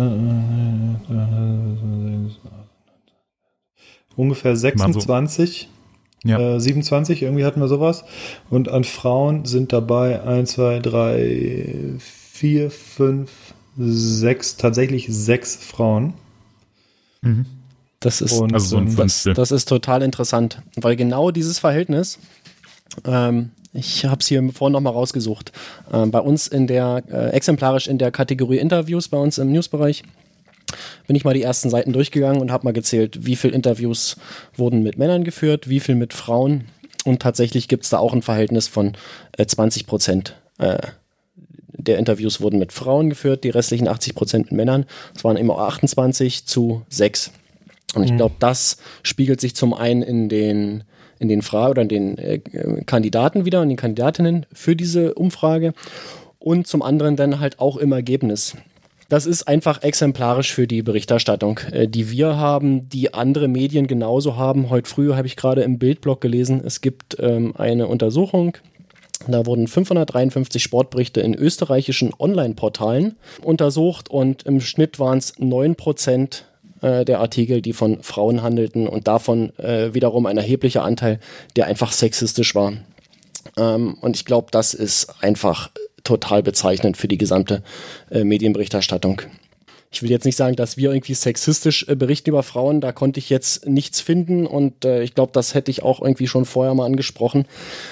ungefähr sechsundzwanzig, so. ja. äh, siebenundzwanzig, irgendwie hatten wir sowas. Und an Frauen sind dabei eins, zwei, drei, vier, fünf, sechs, tatsächlich sechs Frauen. Mhm. Das ist, Und, also so ein das, das ist total interessant, weil genau dieses Verhältnis, ähm, ich habe es hier vorhin nochmal rausgesucht. Ähm, bei uns in der, äh, exemplarisch in der Kategorie Interviews, bei uns im Newsbereich, bin ich mal die ersten Seiten durchgegangen und habe mal gezählt, wie viele Interviews wurden mit Männern geführt, wie viel mit Frauen. Und tatsächlich gibt es da auch ein Verhältnis von äh, zwanzig Prozent äh, der Interviews wurden mit Frauen geführt, die restlichen achtzig Prozent mit Männern. Es waren immer achtundzwanzig zu sechs. Und ich Mhm. glaube, das spiegelt sich zum einen in den in den Fragen oder in den äh, Kandidaten wieder und den Kandidatinnen für diese Umfrage und zum anderen dann halt auch im Ergebnis. Das ist einfach exemplarisch für die Berichterstattung, äh, die wir haben, die andere Medien genauso haben. Heute früh habe ich gerade im Bildblog gelesen, es gibt ähm, eine Untersuchung, da wurden fünfhundertdreiundfünfzig Sportberichte in österreichischen Online-Portalen untersucht und im Schnitt waren es neun Prozent der Artikel, die von Frauen handelten und davon äh, wiederum ein erheblicher Anteil, der einfach sexistisch war. Ähm, und ich glaube, das ist einfach total bezeichnend für die gesamte äh, Medienberichterstattung. Ich will jetzt nicht sagen, dass wir irgendwie sexistisch äh, berichten über Frauen, da konnte ich jetzt nichts finden und äh, ich glaube, das hätte ich auch irgendwie schon vorher mal angesprochen.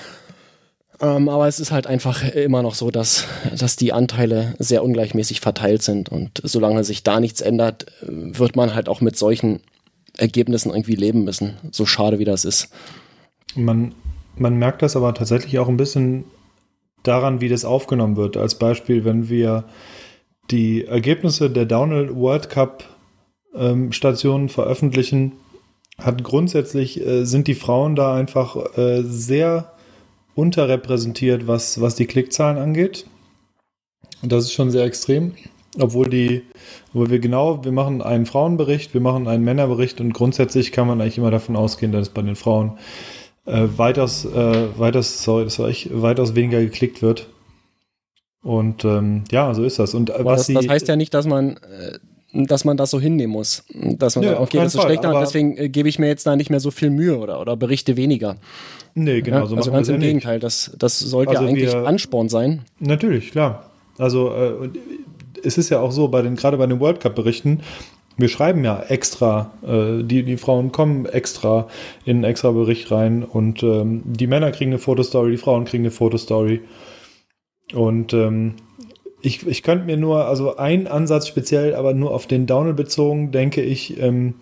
Ähm, aber es ist halt einfach immer noch so, dass, dass die Anteile sehr ungleichmäßig verteilt sind. Und solange sich da nichts ändert, wird man halt auch mit solchen Ergebnissen irgendwie leben müssen. So schade wie das ist. Man, man merkt das aber tatsächlich auch ein bisschen daran, wie das aufgenommen wird. Als Beispiel, wenn wir die Ergebnisse der Downhill World Cup ähm, Stationen veröffentlichen, hat grundsätzlich äh, sind die Frauen da einfach äh, sehr unterrepräsentiert, was, was die Klickzahlen angeht. Und das ist schon sehr extrem. Obwohl die, obwohl wir genau, wir machen einen Frauenbericht, wir machen einen Männerbericht und grundsätzlich kann man eigentlich immer davon ausgehen, dass bei den Frauen äh, weitaus, äh, weitaus, sorry, das war ich, weitaus weniger geklickt wird. Und ähm, ja, so ist das. Und äh, was das, sie, das heißt ja nicht, dass man äh, dass man das so hinnehmen muss. Dass man ja, sagt, okay, das ist Fall, schlechter, deswegen äh, gebe ich mir jetzt da nicht mehr so viel Mühe oder, oder berichte weniger. Nee, genau, ja, so also machen ganz wir im ja Gegenteil, das, das sollte Also ja eigentlich wir- Ansporn sein. Natürlich, klar. Also äh, es ist ja auch so, bei den, gerade bei den World Cup-Berichten, wir schreiben ja extra, äh, die, die Frauen kommen extra in einen extra Bericht rein und ähm, die Männer kriegen eine Fotostory, die Frauen kriegen eine Fotostory. Und ähm, ich, ich könnte mir nur, also ein Ansatz speziell, aber nur auf den Downhill bezogen, denke ich, ähm,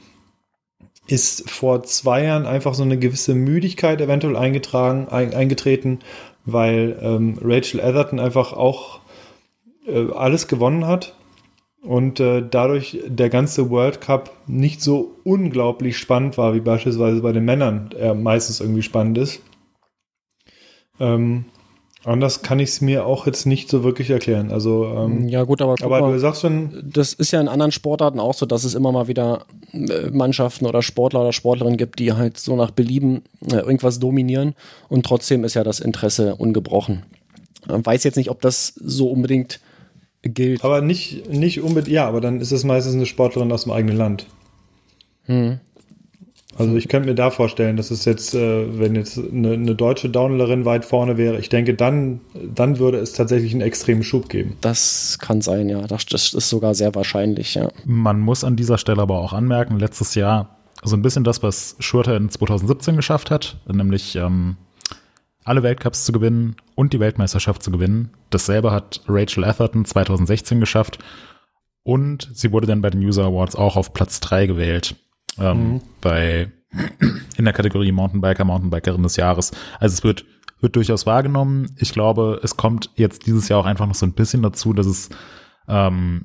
ist vor zwei Jahren einfach so eine gewisse Müdigkeit eventuell eingetragen, ein, eingetreten, weil ähm, Rachel Atherton einfach auch äh, alles gewonnen hat und äh, dadurch der ganze World Cup nicht so unglaublich spannend war, wie beispielsweise bei den Männern er meistens irgendwie spannend ist. Ähm, Anders kann ich es mir auch jetzt nicht so wirklich erklären. Also, ähm, ja gut, aber guck aber mal, du sagst schon, das ist ja in anderen Sportarten auch so, dass es immer mal wieder äh, Mannschaften oder Sportler oder Sportlerinnen gibt, die halt so nach Belieben äh, irgendwas dominieren und trotzdem ist ja das Interesse ungebrochen. Man weiß jetzt nicht, ob das so unbedingt gilt. aber nicht, nicht unbedingt, ja, aber dann ist es meistens eine Sportlerin aus dem eigenen Land. Hm. Also ich könnte mir da vorstellen, dass es jetzt, äh, wenn jetzt eine, eine deutsche Downhillerin weit vorne wäre, ich denke, dann, dann würde es tatsächlich einen extremen Schub geben. Das kann sein, ja. Das, das ist sogar sehr wahrscheinlich, ja. Man muss an dieser Stelle aber auch anmerken, letztes Jahr so ein bisschen das, was Schurter in zwanzig siebzehn geschafft hat, nämlich ähm, alle Weltcups zu gewinnen und die Weltmeisterschaft zu gewinnen. Dasselbe hat Rachel Atherton zwanzig sechzehn geschafft und sie wurde dann bei den User Awards auch auf Platz drei gewählt. Ähm, mhm. bei in der Kategorie Mountainbiker, Mountainbikerin des Jahres. Also es wird, wird durchaus wahrgenommen. Ich glaube, es kommt jetzt dieses Jahr auch einfach noch so ein bisschen dazu, dass es ähm,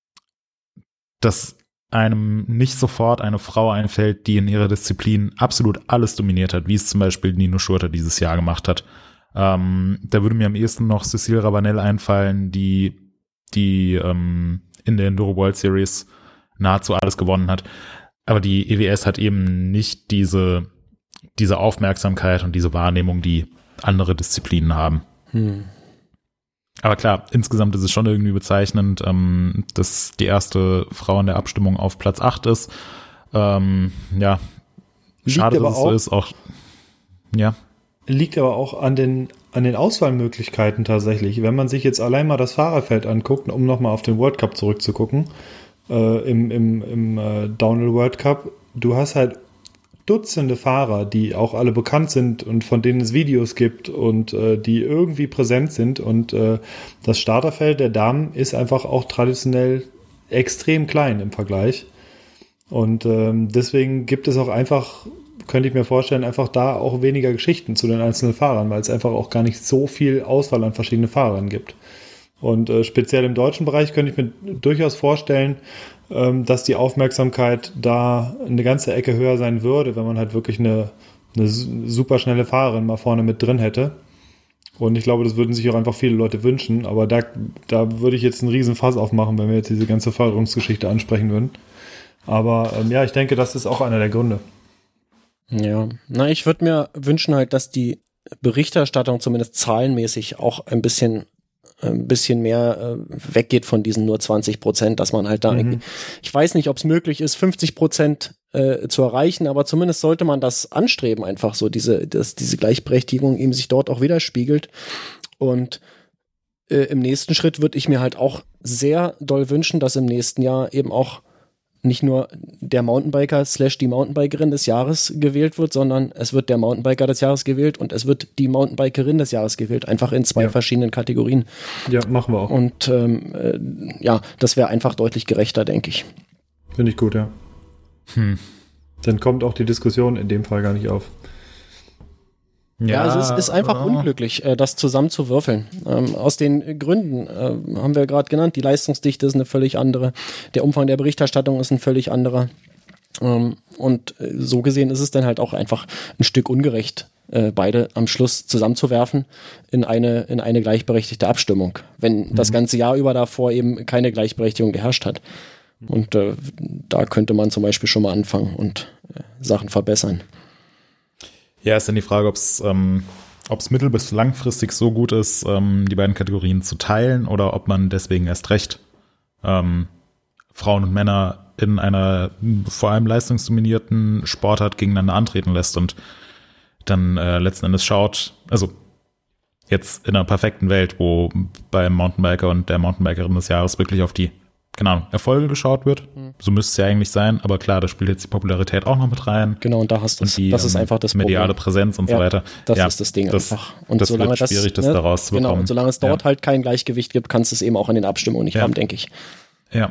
dass einem nicht sofort eine Frau einfällt, die in ihrer Disziplin absolut alles dominiert hat, wie es zum Beispiel Nino Schurter dieses Jahr gemacht hat. Ähm, da würde mir am ehesten noch Cécile Ravanel einfallen, die die ähm, in der Enduro World Series nahezu alles gewonnen hat. Aber die E W S hat eben nicht diese, diese Aufmerksamkeit und diese Wahrnehmung, die andere Disziplinen haben. Hm. Aber klar, insgesamt ist es schon irgendwie bezeichnend, ähm, dass die erste Frau in der Abstimmung auf Platz acht ist. Ähm, ja, liegt schade, dass es so auch, ist. Auch, ja. Liegt aber auch an den, an den Auswahlmöglichkeiten tatsächlich. Wenn man sich jetzt allein mal das Fahrerfeld anguckt, um nochmal auf den World Cup zurückzugucken, Äh, im, im, im äh, Downhill World Cup, du hast halt Dutzende Fahrer, die auch alle bekannt sind und von denen es Videos gibt und äh, die irgendwie präsent sind und äh, das Starterfeld der Damen ist einfach auch traditionell extrem klein im Vergleich und ähm, deswegen gibt es auch einfach, könnte ich mir vorstellen, einfach da auch weniger Geschichten zu den einzelnen Fahrern, weil es einfach auch gar nicht so viel Auswahl an verschiedenen Fahrern gibt. Und äh, speziell im deutschen Bereich könnte ich mir durchaus vorstellen, ähm, dass die Aufmerksamkeit da eine ganze Ecke höher sein würde, wenn man halt wirklich eine, eine super schnelle Fahrerin mal vorne mit drin hätte. Und ich glaube, das würden sich auch einfach viele Leute wünschen. Aber da, da würde ich jetzt einen riesen Fass aufmachen, wenn wir jetzt diese ganze Förderungsgeschichte ansprechen würden. Aber ähm, ja, ich denke, das ist auch einer der Gründe. Ja, na, ich würde mir wünschen halt, dass die Berichterstattung zumindest zahlenmäßig auch ein bisschen ein bisschen mehr äh, weggeht von diesen nur zwanzig Prozent, dass man halt da mhm. irgendwie, ich weiß nicht, ob es möglich ist, fünfzig Prozent äh, zu erreichen, aber zumindest sollte man das anstreben, einfach so, diese, dass diese Gleichberechtigung eben sich dort auch widerspiegelt. Und äh, im nächsten Schritt würde ich mir halt auch sehr doll wünschen, dass im nächsten Jahr eben auch nicht nur der Mountainbiker slash die Mountainbikerin des Jahres gewählt wird, sondern es wird der Mountainbiker des Jahres gewählt und es wird die Mountainbikerin des Jahres gewählt, einfach in zwei ja. verschiedenen Kategorien. Ja, machen wir auch. Und ähm, äh, ja, das wäre einfach deutlich gerechter, denke ich. Finde ich gut, ja. Hm. Dann kommt auch die Diskussion in dem Fall gar nicht auf. Ja, ja also es ist einfach oh. unglücklich, äh, das zusammenzuwürfeln. Ähm, aus den Gründen äh, haben wir gerade genannt, die Leistungsdichte ist eine völlig andere, der Umfang der Berichterstattung ist ein völlig anderer. Ähm, und äh, so gesehen ist es dann halt auch einfach ein Stück ungerecht, äh, beide am Schluss zusammenzuwerfen in eine, in eine gleichberechtigte Abstimmung, wenn mhm. das ganze Jahr über davor eben keine Gleichberechtigung geherrscht hat. Und äh, da könnte man zum Beispiel schon mal anfangen und äh, Sachen verbessern. Ja, ist dann die Frage, ob es ähm, ob's mittel- bis langfristig so gut ist, ähm, die beiden Kategorien zu teilen oder ob man deswegen erst recht ähm, Frauen und Männer in einer vor allem leistungsdominierten Sportart gegeneinander antreten lässt und dann äh, letzten Endes schaut, also jetzt in einer perfekten Welt, wo beim Mountainbiker und der Mountainbikerin des Jahres wirklich auf die keine Ahnung, Erfolge geschaut wird. Mhm. So müsste es ja eigentlich sein, aber klar, da spielt jetzt die Popularität auch noch mit rein. Genau, und da hast du es. Die, das ist einfach das mediale Problem. Präsenz und ja, so weiter. Das ja, ist das Ding das, einfach. Und das solange wird schwierig, das, das da rauszubekommen. Genau, und solange es dort ja. halt kein Gleichgewicht gibt, kannst du es eben auch in den Abstimmungen nicht ja. haben, denke ich. Ja.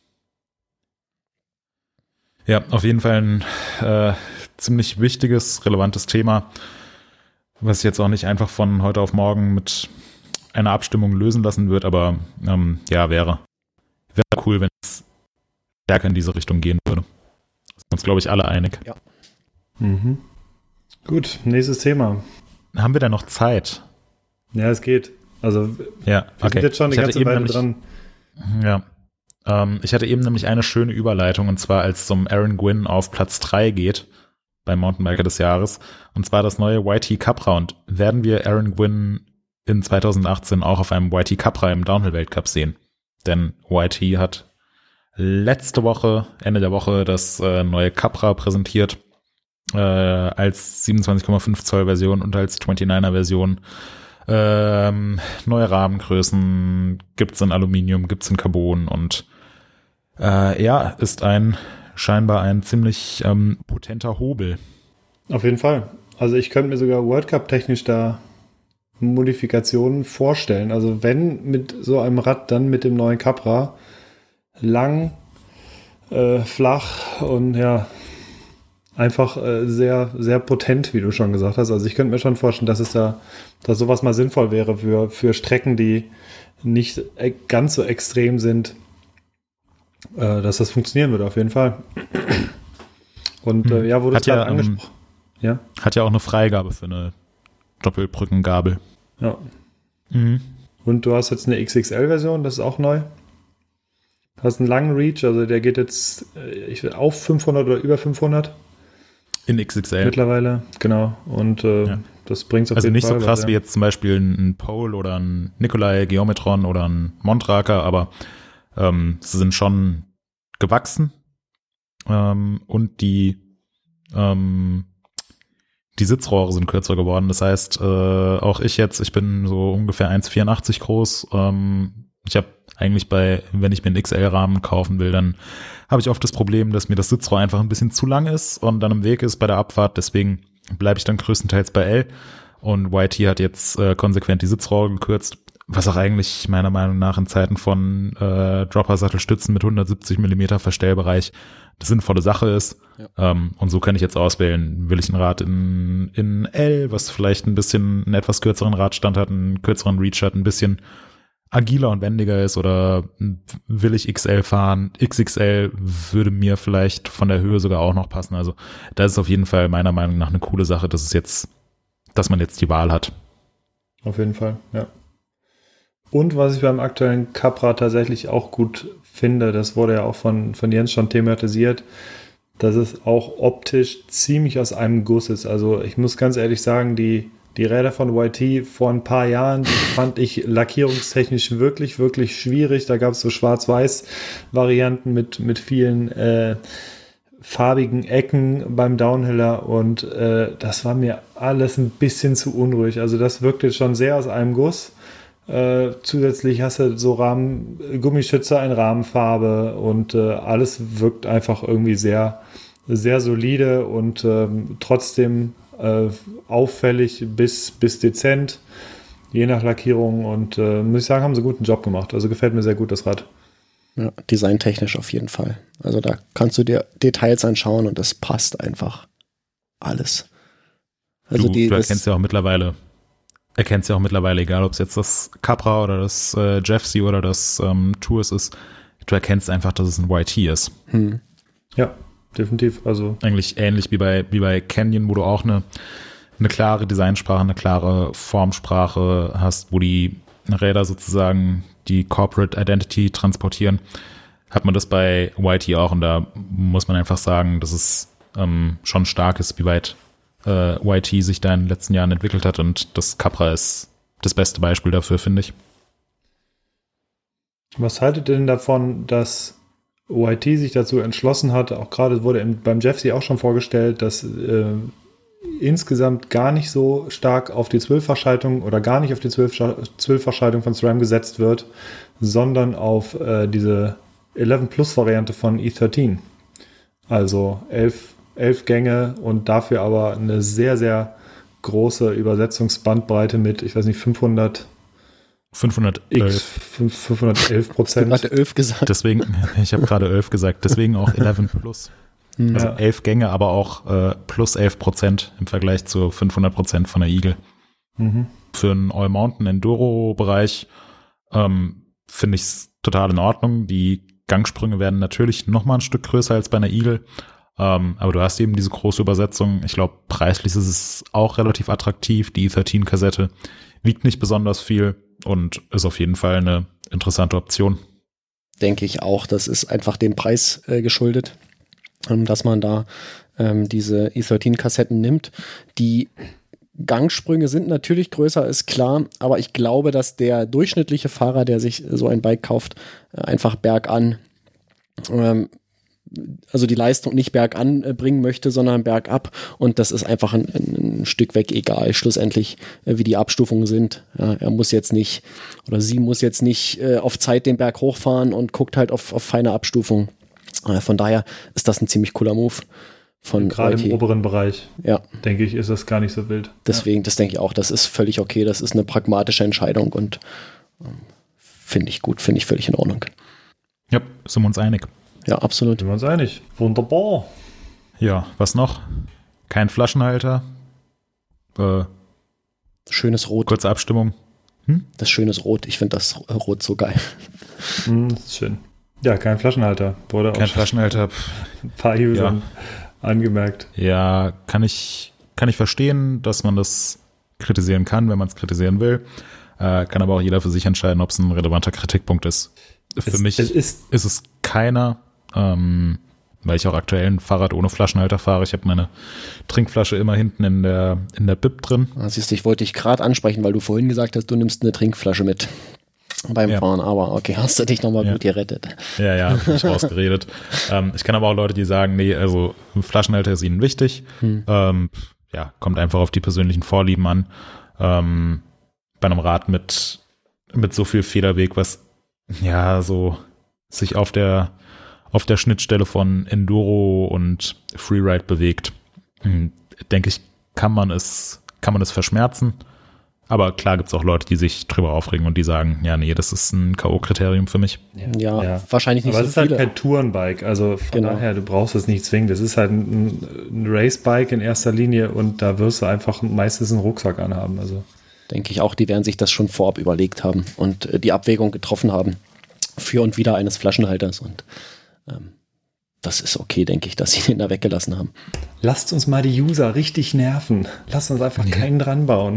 Ja, auf jeden Fall ein äh, ziemlich wichtiges, relevantes Thema, was sich jetzt auch nicht einfach von heute auf morgen mit einer Abstimmung lösen lassen wird, aber ähm, ja, wäre, wäre cool, wenn es stärker in diese Richtung gehen würde. Da sind uns, glaube ich, alle einig. Ja. Mhm. Gut, nächstes Thema. Haben wir da noch Zeit? Ja, es geht. Also ja, wir okay. sind jetzt schon die Ich hatte ganze eben Weile nämlich- dran. Ja. Ähm, ich hatte eben nämlich eine schöne Überleitung, und zwar als es um Aaron Gwin auf Platz drei geht beim Mountainbiker des Jahres, und zwar das neue Y T Cupra. Und werden wir Aaron Gwin in zweitausendachtzehn auch auf einem Y T Cupra im Downhill-Weltcup sehen? Denn Y T hat letzte Woche, Ende der Woche, das äh, neue Cupra präsentiert, äh, als siebenundzwanzig Komma fünf Zoll Version und als neunundzwanziger Version. Ähm, neue Rahmengrößen gibt's in Aluminium, gibt's in Carbon, und äh, ja, ist ein scheinbar ein ziemlich ähm, potenter Hobel. Auf jeden Fall. Also ich könnte mir sogar World Cup technisch da Modifikationen vorstellen. Also wenn mit so einem Rad, dann mit dem neuen Cupra, lang, äh, flach und ja, einfach äh, sehr, sehr potent, wie du schon gesagt hast. Also ich könnte mir schon vorstellen, dass es da, dass sowas mal sinnvoll wäre für, für Strecken, die nicht e- ganz so extrem sind, äh, dass das funktionieren würde auf jeden Fall. Und äh, ja, wo du es Hat ja, gerade ähm, angesprochen ja, Hat ja auch eine Freigabe für eine Doppelbrückengabel. ja. Mhm. Und du hast jetzt eine X X L-Version, das ist auch neu. Du hast einen langen Reach, also der geht jetzt äh, ich, will auf fünfhundert oder über fünfhundert In X X L. mittlerweile. Genau. Und äh, Ja. das bringt es auf Also jeden nicht Fall. so krass weil, wie ja, jetzt zum Beispiel ein, ein Pole oder ein Nikolai Geometron oder ein Montraker, aber ähm, sie sind schon gewachsen, ähm, und die ähm, die Sitzrohre sind kürzer geworden. Das heißt, äh, auch ich jetzt, ich bin so ungefähr eins Komma vierundachtzig groß. Ähm, ich habe eigentlich bei, wenn ich mir einen X L-Rahmen kaufen will, dann habe ich oft das Problem, dass mir das Sitzrohr einfach ein bisschen zu lang ist und dann im Weg ist bei der Abfahrt. Deswegen bleibe ich dann größtenteils bei L. Und Y T hat jetzt äh, konsequent die Sitzrohre gekürzt, was auch eigentlich meiner Meinung nach in Zeiten von äh, Dropper-Sattelstützen mit hundertsiebzig Millimeter Verstellbereich eine sinnvolle Sache ist. Ja. Ähm, und so kann ich jetzt auswählen, will ich ein Rad in, in L, was vielleicht ein bisschen einen etwas kürzeren Radstand hat, einen kürzeren Reach hat, ein bisschen agiler und wendiger ist, oder will ich X L fahren? X X L würde mir vielleicht von der Höhe sogar auch noch passen. Also das ist auf jeden Fall meiner Meinung nach eine coole Sache, dass es jetzt, dass man jetzt die Wahl hat. auf jeden Fall, ja. Und was ich beim aktuellen Cupra tatsächlich auch gut finde, das wurde ja auch von, von Jens schon thematisiert, dass es auch optisch ziemlich aus einem Guss ist. Also ich muss ganz ehrlich sagen, die, die Räder von Y T vor ein paar Jahren, die fand ich lackierungstechnisch wirklich, wirklich schwierig. Da gab es so Schwarz-Weiß-Varianten mit, mit vielen äh, farbigen Ecken beim Downhiller, und äh, das war mir alles ein bisschen zu unruhig. Also das wirkte schon sehr aus einem Guss. Äh, zusätzlich hast du so Rahmen, Gummischützer in Rahmenfarbe, und äh, alles wirkt einfach irgendwie sehr, sehr solide und ähm, trotzdem äh, auffällig bis, bis dezent, je nach Lackierung, und äh, muss ich sagen, haben sie einen guten Job gemacht. Also gefällt mir sehr gut das Rad. Ja, designtechnisch auf jeden Fall. Also da kannst du dir Details anschauen und das passt einfach alles. Also du, die, du das, erkennst ja auch mittlerweile, erkennst ja auch mittlerweile, egal ob es jetzt das Cupra oder das äh, Jeffsy oder das ähm, Tours ist, du erkennst einfach, dass es ein Y T ist. hm. Ja, definitiv. Also Eigentlich ähnlich wie bei, wie bei Canyon, wo du auch eine, eine klare Designsprache, eine klare Formsprache hast, wo die Räder sozusagen die Corporate Identity transportieren, hat man das bei Y T auch, und da muss man einfach sagen, dass es ähm, schon stark ist, wie weit äh, Y T sich da in den letzten Jahren entwickelt hat, und das Cupra ist das beste Beispiel dafür, finde ich. was haltet ihr denn davon, dass Y T sich dazu entschlossen hat, auch gerade wurde im, beim Jeffsy auch schon vorgestellt, dass äh, insgesamt gar nicht so stark auf die Zwölffachschaltung oder gar nicht auf die Zwölffachschaltung von SRAM gesetzt wird, sondern auf äh, diese elf Plus Variante von E dreizehn. Also elf, elf Gänge und dafür aber eine sehr, sehr große Übersetzungsbandbreite mit, ich weiß nicht, fünfhundert fünfhundertelf. X, fünfhundertelf Prozent. Du hast gerade elf gesagt. Deswegen, ich habe gerade elf gesagt, deswegen auch elf Plus. Also Ja. elf Gänge, aber auch äh, plus elf Prozent im Vergleich zu fünfhundert Prozent von der Eagle. Mhm. Für einen All-Mountain-Enduro-Bereich ähm, finde ich es total in Ordnung. Die Gangsprünge werden natürlich noch mal ein Stück größer als bei einer Eagle, Ähm, aber du hast eben diese große Übersetzung. Ich glaube, preislich ist es auch relativ attraktiv. Die E dreizehn-Kassette wiegt nicht besonders viel und ist auf jeden Fall eine interessante Option. Denke ich auch. Das ist einfach dem Preis äh, geschuldet, ähm, dass man da ähm, diese E dreizehn-Kassetten nimmt. Die Gangsprünge sind natürlich größer, ist klar, aber ich glaube, dass der durchschnittliche Fahrer, der sich so ein Bike kauft, einfach bergan, ähm, also die Leistung nicht bergan bringen möchte, sondern bergab, und das ist einfach ein, ein Stück weg egal, schlussendlich, wie die Abstufungen sind. Ja, er muss jetzt nicht, oder sie muss jetzt nicht äh, auf Zeit den Berg hochfahren und guckt halt auf, auf feine Abstufungen. Äh, von daher ist das ein ziemlich cooler Move. Von Gerade Y T. im oberen Bereich, ja, denke ich, ist das gar nicht so wild. Deswegen, ja. Das denke ich auch, das ist völlig okay, das ist eine pragmatische Entscheidung und ähm, finde ich gut, finde ich völlig in Ordnung. Ja, sind wir uns einig. Ja, absolut. Sind wir uns einig. Wunderbar. Ja, was noch? Kein Flaschenhalter. Äh, Schönes Rot. Kurze Abstimmung. Hm? Das schönes Rot, ich finde das Rot so geil. Mm, das ist schön. Ja, kein Flaschenhalter. Wurde Kein auch Flaschenhalter. ein paar Usern ja. angemerkt. Ja, kann ich, kann ich verstehen, dass man das kritisieren kann, wenn man es kritisieren will. Äh, kann aber auch jeder für sich entscheiden, ob es ein relevanter Kritikpunkt ist. Für es, mich es ist, ist es keiner, ähm, weil ich auch aktuell ein Fahrrad ohne Flaschenhalter fahre. Ich habe meine Trinkflasche immer hinten in der, in der Bib drin. Ah, siehst du, ich wollte dich gerade ansprechen, weil du vorhin gesagt hast, du nimmst eine Trinkflasche mit beim ja. Fahren, aber okay, hast du dich nochmal ja. gut gerettet. Ja, ja, hab ich rausgeredet. ähm, ich kenne aber auch Leute, die sagen, nee, also ein Flaschenhalter ist ihnen wichtig. Hm. Ähm, ja, kommt einfach auf die persönlichen Vorlieben an. Ähm, bei einem Rad mit, mit so viel Federweg, was ja so sich auf der auf der Schnittstelle von Enduro und Freeride bewegt, hm, denke ich, kann man es kann man es verschmerzen. Aber klar gibt es auch Leute, die sich drüber aufregen und die sagen, ja, nee, das ist ein K O-Kriterium für mich. Ja, ja, ja. Wahrscheinlich nicht aber so viele. Aber es ist viele. halt kein Tourenbike, also von genau. daher, du brauchst es nicht zwingend. Das ist halt ein, ein Racebike in erster Linie und da wirst du einfach meistens einen Rucksack anhaben. Also denke ich auch, die werden sich das schon vorab überlegt haben und äh, die Abwägung getroffen haben für und wider eines Flaschenhalters, und ähm, das ist okay, denke ich, dass sie den da weggelassen haben. Lasst uns mal die User richtig nerven. Lasst uns einfach keinen dran bauen.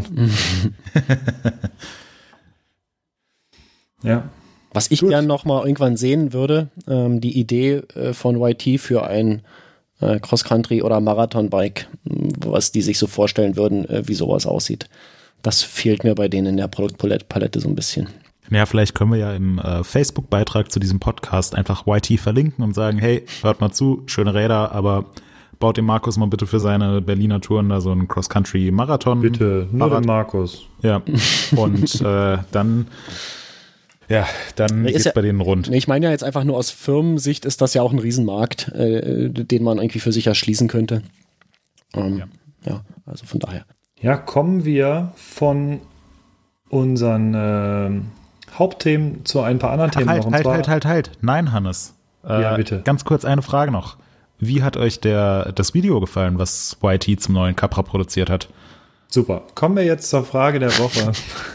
Ja. Was ich gern noch mal irgendwann sehen würde, ähm, die Idee äh, von Y T für ein äh, Cross-Country- oder Marathon-Bike, was die sich so vorstellen würden, äh, wie sowas aussieht. Das fehlt mir bei denen in der Produktpalette so ein bisschen. Ja, vielleicht können wir ja im äh, Facebook-Beitrag zu diesem Podcast einfach Y T verlinken und sagen, hey, hört mal zu, schöne Räder, aber baut dem Markus mal bitte für seine Berliner Touren da so einen Cross-Country-Marathon. Bitte, nur den Markus. Ja, und äh, dann, ja, dann nee, geht's ja, bei denen rund. Nee, ich meine ja jetzt einfach nur aus Firmensicht ist das ja auch ein Riesenmarkt, äh, den man irgendwie für sich erschließen könnte. Ähm, ja. ja, also von daher. Ja, kommen wir von unseren äh, Hauptthemen zu ein paar anderen Themen halt, noch. Und halt, zwar, halt, halt, halt. Nein, Hannes. Äh, ja, bitte. Ganz kurz eine Frage noch. Wie hat euch der, das Video gefallen, was Y T zum neuen Capra produziert hat? Super. Kommen wir jetzt zur Frage der Woche.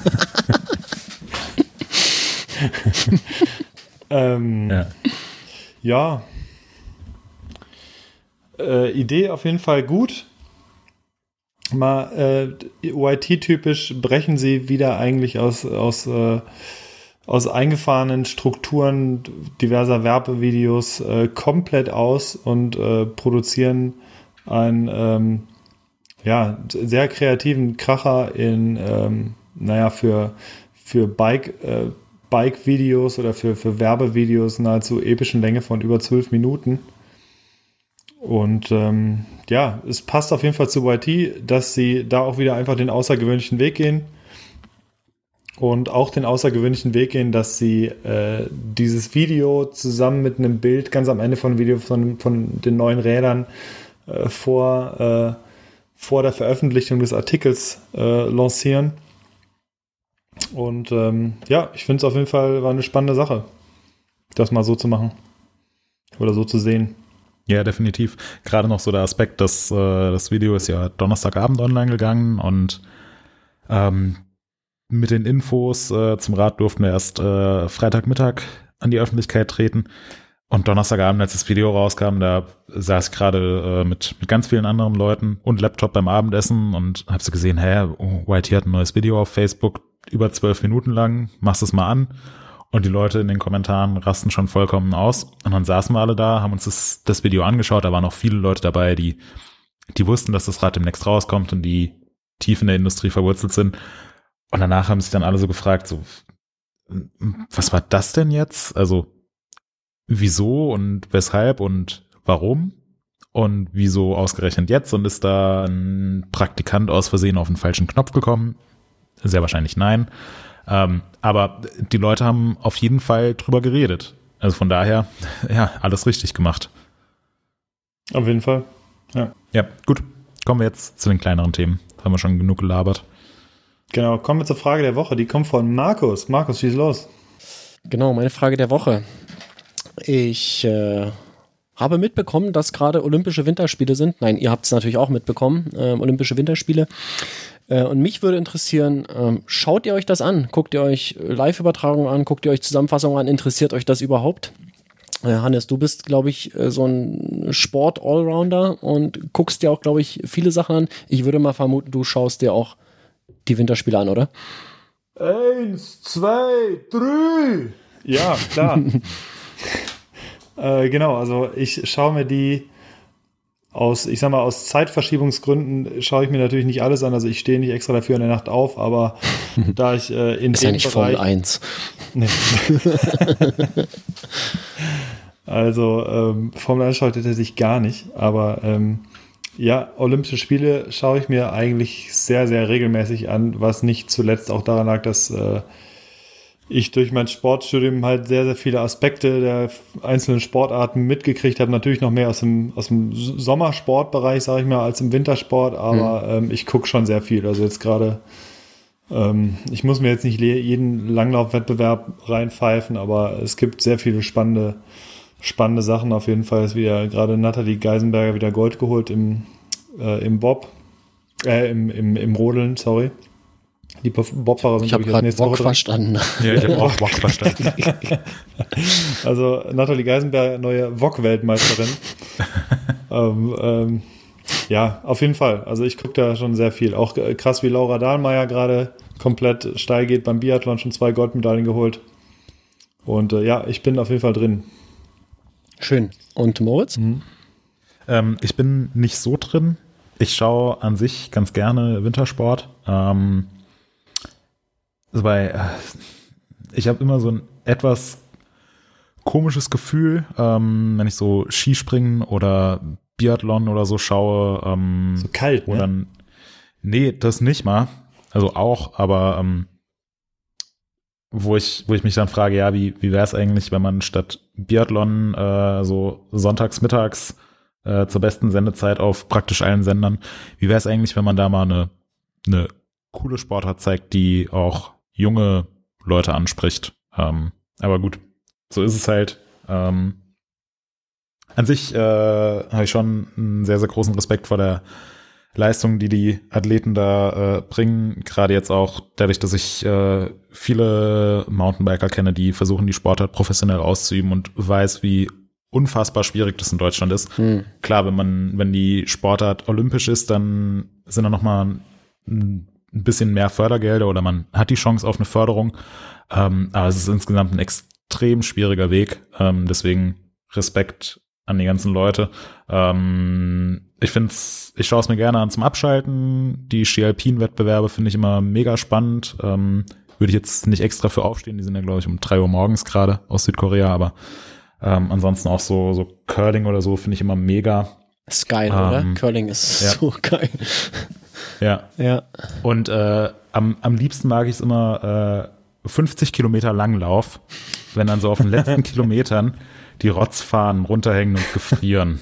ähm, ja. ja. Äh, Idee auf jeden Fall gut. Mal äh, Y T-typisch brechen sie wieder eigentlich aus, aus, äh, aus eingefahrenen Strukturen diverser Werbevideos äh, komplett aus und äh, produzieren einen ähm, ja, sehr kreativen Kracher in, ähm, naja, für, für Bike, äh, Bike-Videos oder für, für Werbevideos nahezu epischen Länge von über zwölf Minuten. Und ähm, ja, es passt auf jeden Fall zu Y T, dass sie da auch wieder einfach den außergewöhnlichen Weg gehen. Und auch den außergewöhnlichen Weg gehen, dass sie äh, dieses Video zusammen mit einem Bild ganz am Ende von dem Video von, von den neuen Rädern äh, vor, äh, vor der Veröffentlichung des Artikels äh, lancieren. Und ähm, ja, ich finde es auf jeden Fall war eine spannende Sache, das mal so zu machen. Oder so zu sehen. Ja, definitiv. Gerade noch so der Aspekt, dass äh, das Video ist ja Donnerstagabend online gegangen und ähm, mit den Infos äh, zum Rad durften wir erst äh, Freitagmittag an die Öffentlichkeit treten. Und Donnerstagabend, als das Video rauskam, da saß ich gerade äh, mit, mit ganz vielen anderen Leuten und Laptop beim Abendessen und hab so gesehen, hä, oh, Y T hat ein neues Video auf Facebook, über zwölf Minuten lang, machst es mal an. Und die Leute in den Kommentaren rasten schon vollkommen aus. Und dann saßen wir alle da, haben uns das, das Video angeschaut, da waren auch viele Leute dabei, die, die wussten, dass das Rad demnächst rauskommt und die tief in der Industrie verwurzelt sind. Und danach haben sich dann alle so gefragt, so, was war das denn jetzt? Also, wieso und weshalb und warum und wieso ausgerechnet jetzt und ist da ein Praktikant aus Versehen auf den falschen Knopf gekommen? Sehr wahrscheinlich nein. Ähm, aber die Leute haben auf jeden Fall drüber geredet. Also von daher, ja, alles richtig gemacht. Auf jeden Fall, ja. Ja, gut. Kommen wir jetzt zu den kleineren Themen. Da haben wir schon genug gelabert. Genau, kommen wir zur Frage der Woche. Die kommt von Markus. Markus, schieß los. Genau, meine Frage der Woche. Ich äh, habe mitbekommen, dass gerade Olympische Winterspiele sind. Nein, ihr habt es natürlich auch mitbekommen, äh, Olympische Winterspiele. Äh, und mich würde interessieren, äh, schaut ihr euch das an? Guckt ihr euch Live-Übertragungen an? Guckt ihr euch Zusammenfassungen an? Interessiert euch das überhaupt? Äh, Hannes, du bist, glaube ich, äh, so ein Sport-Allrounder und guckst dir auch, glaube ich, viele Sachen an. Ich würde mal vermuten, du schaust dir auch die Winterspiele an, oder? Eins, zwei, drei. Ja, klar. äh, genau, also ich schaue mir die aus, ich sag mal, aus Zeitverschiebungsgründen schaue ich mir natürlich nicht alles an. Also ich stehe nicht extra dafür in der Nacht auf, aber da ich äh, in ist dem ja nicht Bereich, Formel eins. Nee. Also ähm, Formel eins schaue ich tatsächlich gar nicht, aber ähm, ja, Olympische Spiele schaue ich mir eigentlich sehr, sehr regelmäßig an, was nicht zuletzt auch daran lag, dass äh, ich durch mein Sportstudium halt sehr, sehr viele Aspekte der einzelnen Sportarten mitgekriegt habe. Natürlich noch mehr aus dem, aus dem Sommersportbereich, sage ich mal, als im Wintersport, aber mhm. ähm, ich gucke schon sehr viel. Also jetzt gerade, ähm, ich muss mir jetzt nicht jeden Langlaufwettbewerb reinpfeifen, aber es gibt sehr viele spannende Spannende Sachen auf jeden Fall. Ist wieder gerade Nathalie Geisenberger wieder Gold geholt im, äh, im Bob, äh, im, im, im Rodeln, sorry. Die Bobfahrer sind, ich habe gerade Bock verstanden. Ja, ich habe auch Bock verstanden. Also Nathalie Geisenberger, neue V O G-Weltmeisterin. ähm, ähm, ja, auf jeden Fall. Also ich gucke da schon sehr viel. Auch äh, krass, wie Laura Dahlmeier gerade komplett steil geht beim Biathlon, schon zwei Goldmedaillen geholt. Und äh, ja, ich bin auf jeden Fall drin. Schön. Und Moritz? Mhm. Ähm, ich bin nicht so drin. Ich schaue an sich ganz gerne Wintersport. Ähm, weil äh, ich habe immer so ein etwas komisches Gefühl, ähm, wenn ich so Skispringen oder Biathlon oder so schaue. Ähm, so kalt, wo ne? Dann, nee, das nicht mal. Also auch, aber ähm, wo ich, wo ich mich dann frage, ja, wie, wie wäre es eigentlich, wenn man statt Biathlon äh, so sonntags, mittags äh, zur besten Sendezeit auf praktisch allen Sendern, wie wäre es eigentlich, wenn man da mal eine, eine coole Sportart zeigt, die auch junge Leute anspricht. Ähm, aber gut, so ist es halt. Ähm, an sich äh, habe ich schon einen sehr, sehr großen Respekt vor der Leistungen, die die Athleten da äh, bringen, gerade jetzt auch dadurch, dass ich äh, viele Mountainbiker kenne, die versuchen, die Sportart professionell auszuüben und weiß, wie unfassbar schwierig das in Deutschland ist. Hm. Klar, wenn man, wenn die Sportart olympisch ist, dann sind da nochmal ein bisschen mehr Fördergelder oder man hat die Chance auf eine Förderung. Ähm, aber es ist insgesamt ein extrem schwieriger Weg. Ähm, deswegen Respekt an die ganzen Leute. Ähm, ich finde es, ich schaue es mir gerne an zum Abschalten. Die Ski-Alpin-Wettbewerbe finde ich immer mega spannend. Ähm, würde ich jetzt nicht extra für aufstehen. Die sind ja, glaube ich, um drei Uhr morgens gerade aus Südkorea. Aber ähm, ansonsten auch so, so Curling oder so finde ich immer mega. Ist geil, ähm, oder? Curling ist ja. so geil. Ja. ja. Und äh, am, am liebsten mag ich es immer äh, fünfzig Kilometer Langlauf, wenn dann so auf den letzten Kilometern die Rotzfahnen runterhängen und gefrieren.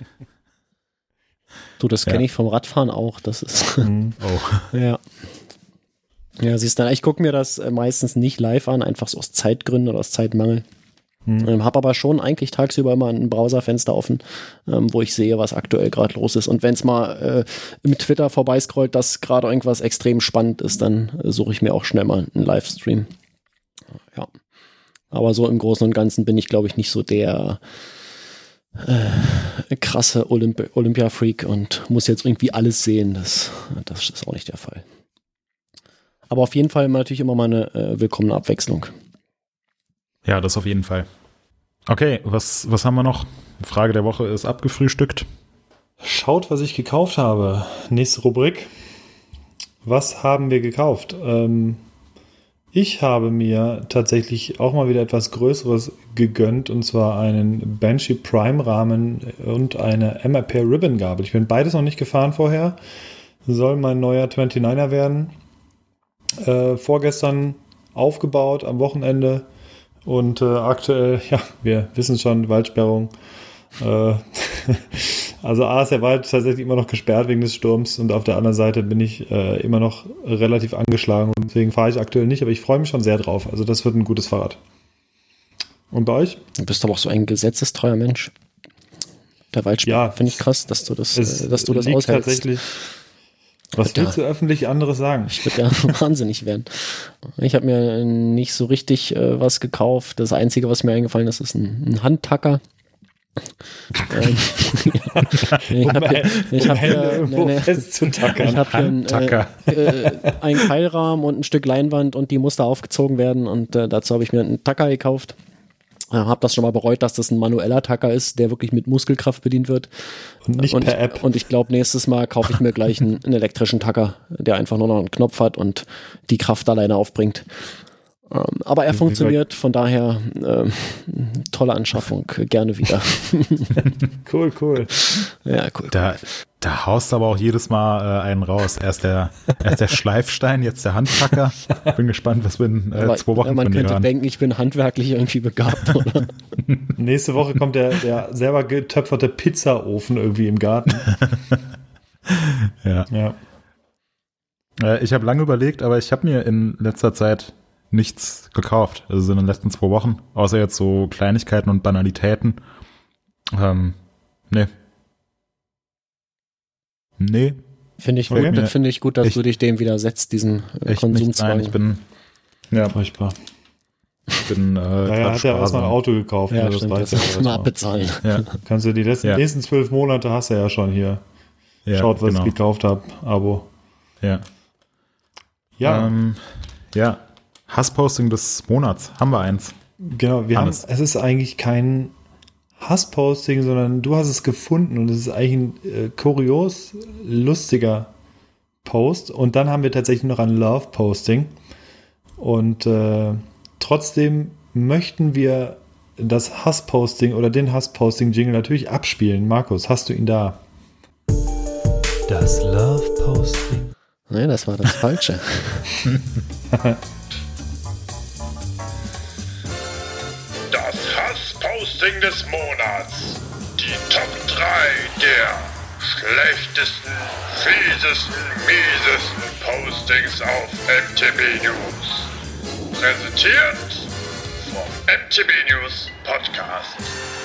Du, das kenne ja. ich vom Radfahren auch. Das ist. oh. Ja. Ja, siehst du, ich gucke mir das meistens nicht live an, einfach so aus Zeitgründen oder aus Zeitmangel. Hm. Ähm, hab aber schon eigentlich tagsüber immer ein Browserfenster offen, ähm, wo ich sehe, was aktuell gerade los ist. Und wenn es mal äh, mit Twitter vorbeiscrollt, dass gerade irgendwas extrem spannend ist, dann äh, suche ich mir auch schnell mal einen Livestream. Ja. Aber so im Großen und Ganzen bin ich, glaube ich, nicht so der äh, krasse Olymp- Olympia-Freak und muss jetzt irgendwie alles sehen. Das, das ist auch nicht der Fall. Aber auf jeden Fall natürlich immer mal eine äh, willkommene Abwechslung. Ja, das auf jeden Fall. Okay, was, was haben wir noch? Frage der Woche ist abgefrühstückt. Schaut, was ich gekauft habe. Nächste Rubrik. Was haben wir gekauft? Ähm, ich habe mir tatsächlich auch mal wieder etwas Größeres gegönnt, und zwar einen Banshee Prime Rahmen und eine M R P Ribbon Gabel. Ich bin beides noch nicht gefahren vorher. Soll mein neuer neunundneunziger werden. Äh, vorgestern aufgebaut am Wochenende und äh, aktuell, ja, wir wissen schon, Waldsperrung. Äh, also A ist der Wald tatsächlich immer noch gesperrt wegen des Sturms und auf der anderen Seite bin ich äh, immer noch relativ angeschlagen und deswegen fahre ich aktuell nicht, aber ich freue mich schon sehr drauf. Also das wird ein gutes Fahrrad. Und bei euch? Du bist aber auch so ein gesetzestreuer Mensch. Der Waldsperrung, ja, finde ich krass, dass du das, es äh, dass du das liegt aushältst. Tatsächlich. Was willst du öffentlich anderes sagen? Ich würde ja wahnsinnig werden. Ich habe mir nicht so richtig äh, was gekauft. Das Einzige, was mir eingefallen ist, ist ein, ein Handtacker. ähm, ich habe hier, ich um hab Hände hier, irgendwo nee, nee, festzutackern. ich hab hier ein, äh, äh, einen Keilrahmen und ein Stück Leinwand und die musste aufgezogen werden und äh, dazu habe ich mir einen Tacker gekauft. Äh, habe das schon mal bereut, dass das ein manueller Tacker ist, der wirklich mit Muskelkraft bedient wird. Und nicht und per ich, App. Und ich glaube, nächstes Mal kaufe ich mir gleich einen, einen elektrischen Tacker, der einfach nur noch einen Knopf hat und die Kraft alleine aufbringt. Ähm, aber er funktioniert, von daher ähm, tolle Anschaffung, gerne wieder. Cool, cool. Ja, cool. Da, da haust du aber auch jedes Mal äh, einen raus. Erst der, erst der Schleifstein, jetzt der Handtacker. Bin gespannt, was wir in äh, Aber, zwei Wochen ja, man von dir könnte hören. denken, ich bin handwerklich irgendwie begabt, oder? Nächste Woche kommt der, der selber getöpferte Pizzaofen irgendwie im Garten. Ja. Ja. Äh, ich habe lange überlegt, aber ich habe mir in letzter Zeit nichts gekauft. Also in den letzten zwei Wochen. Außer jetzt so Kleinigkeiten und Banalitäten. Ähm, nee. Nee. Finde ich, Okay. gut, finde ich gut, dass Echt- du dich dem widersetzt, diesen äh, Echt nicht. Nein, Konsumzwang. ich bin, ja, Furchtbar. ich bin, äh, Naja, grad hat ja erstmal ein sparsam. Auto gekauft. Ja, ne, das stimmt, reicht das ja musst du mal erstmal. abbezahlen. Ja, Kannst du die letzten, Ja. nächsten zwölf Monate hast du ja schon hier. ja, Schaut, was genau. ich gekauft habe. Abo. Ja. Ja, Ähm, ja. Hassposting des Monats. Haben wir eins. genau. Wir haben, Hannes. es ist eigentlich kein Hassposting, sondern du hast es gefunden und es ist eigentlich ein äh, kurios, lustiger Post. Und dann haben wir tatsächlich noch ein Love-Posting. Und äh, trotzdem möchten wir das Hassposting oder den Hassposting-Jingle natürlich abspielen. Markus, hast du ihn da? Das Love-Posting. Nee, das war das Falsche. Das Hassposting des Monats. Die Top drei der schlechtesten, fiesesten, miesesten Postings auf M T B News. Präsentiert vom M T B News Podcast.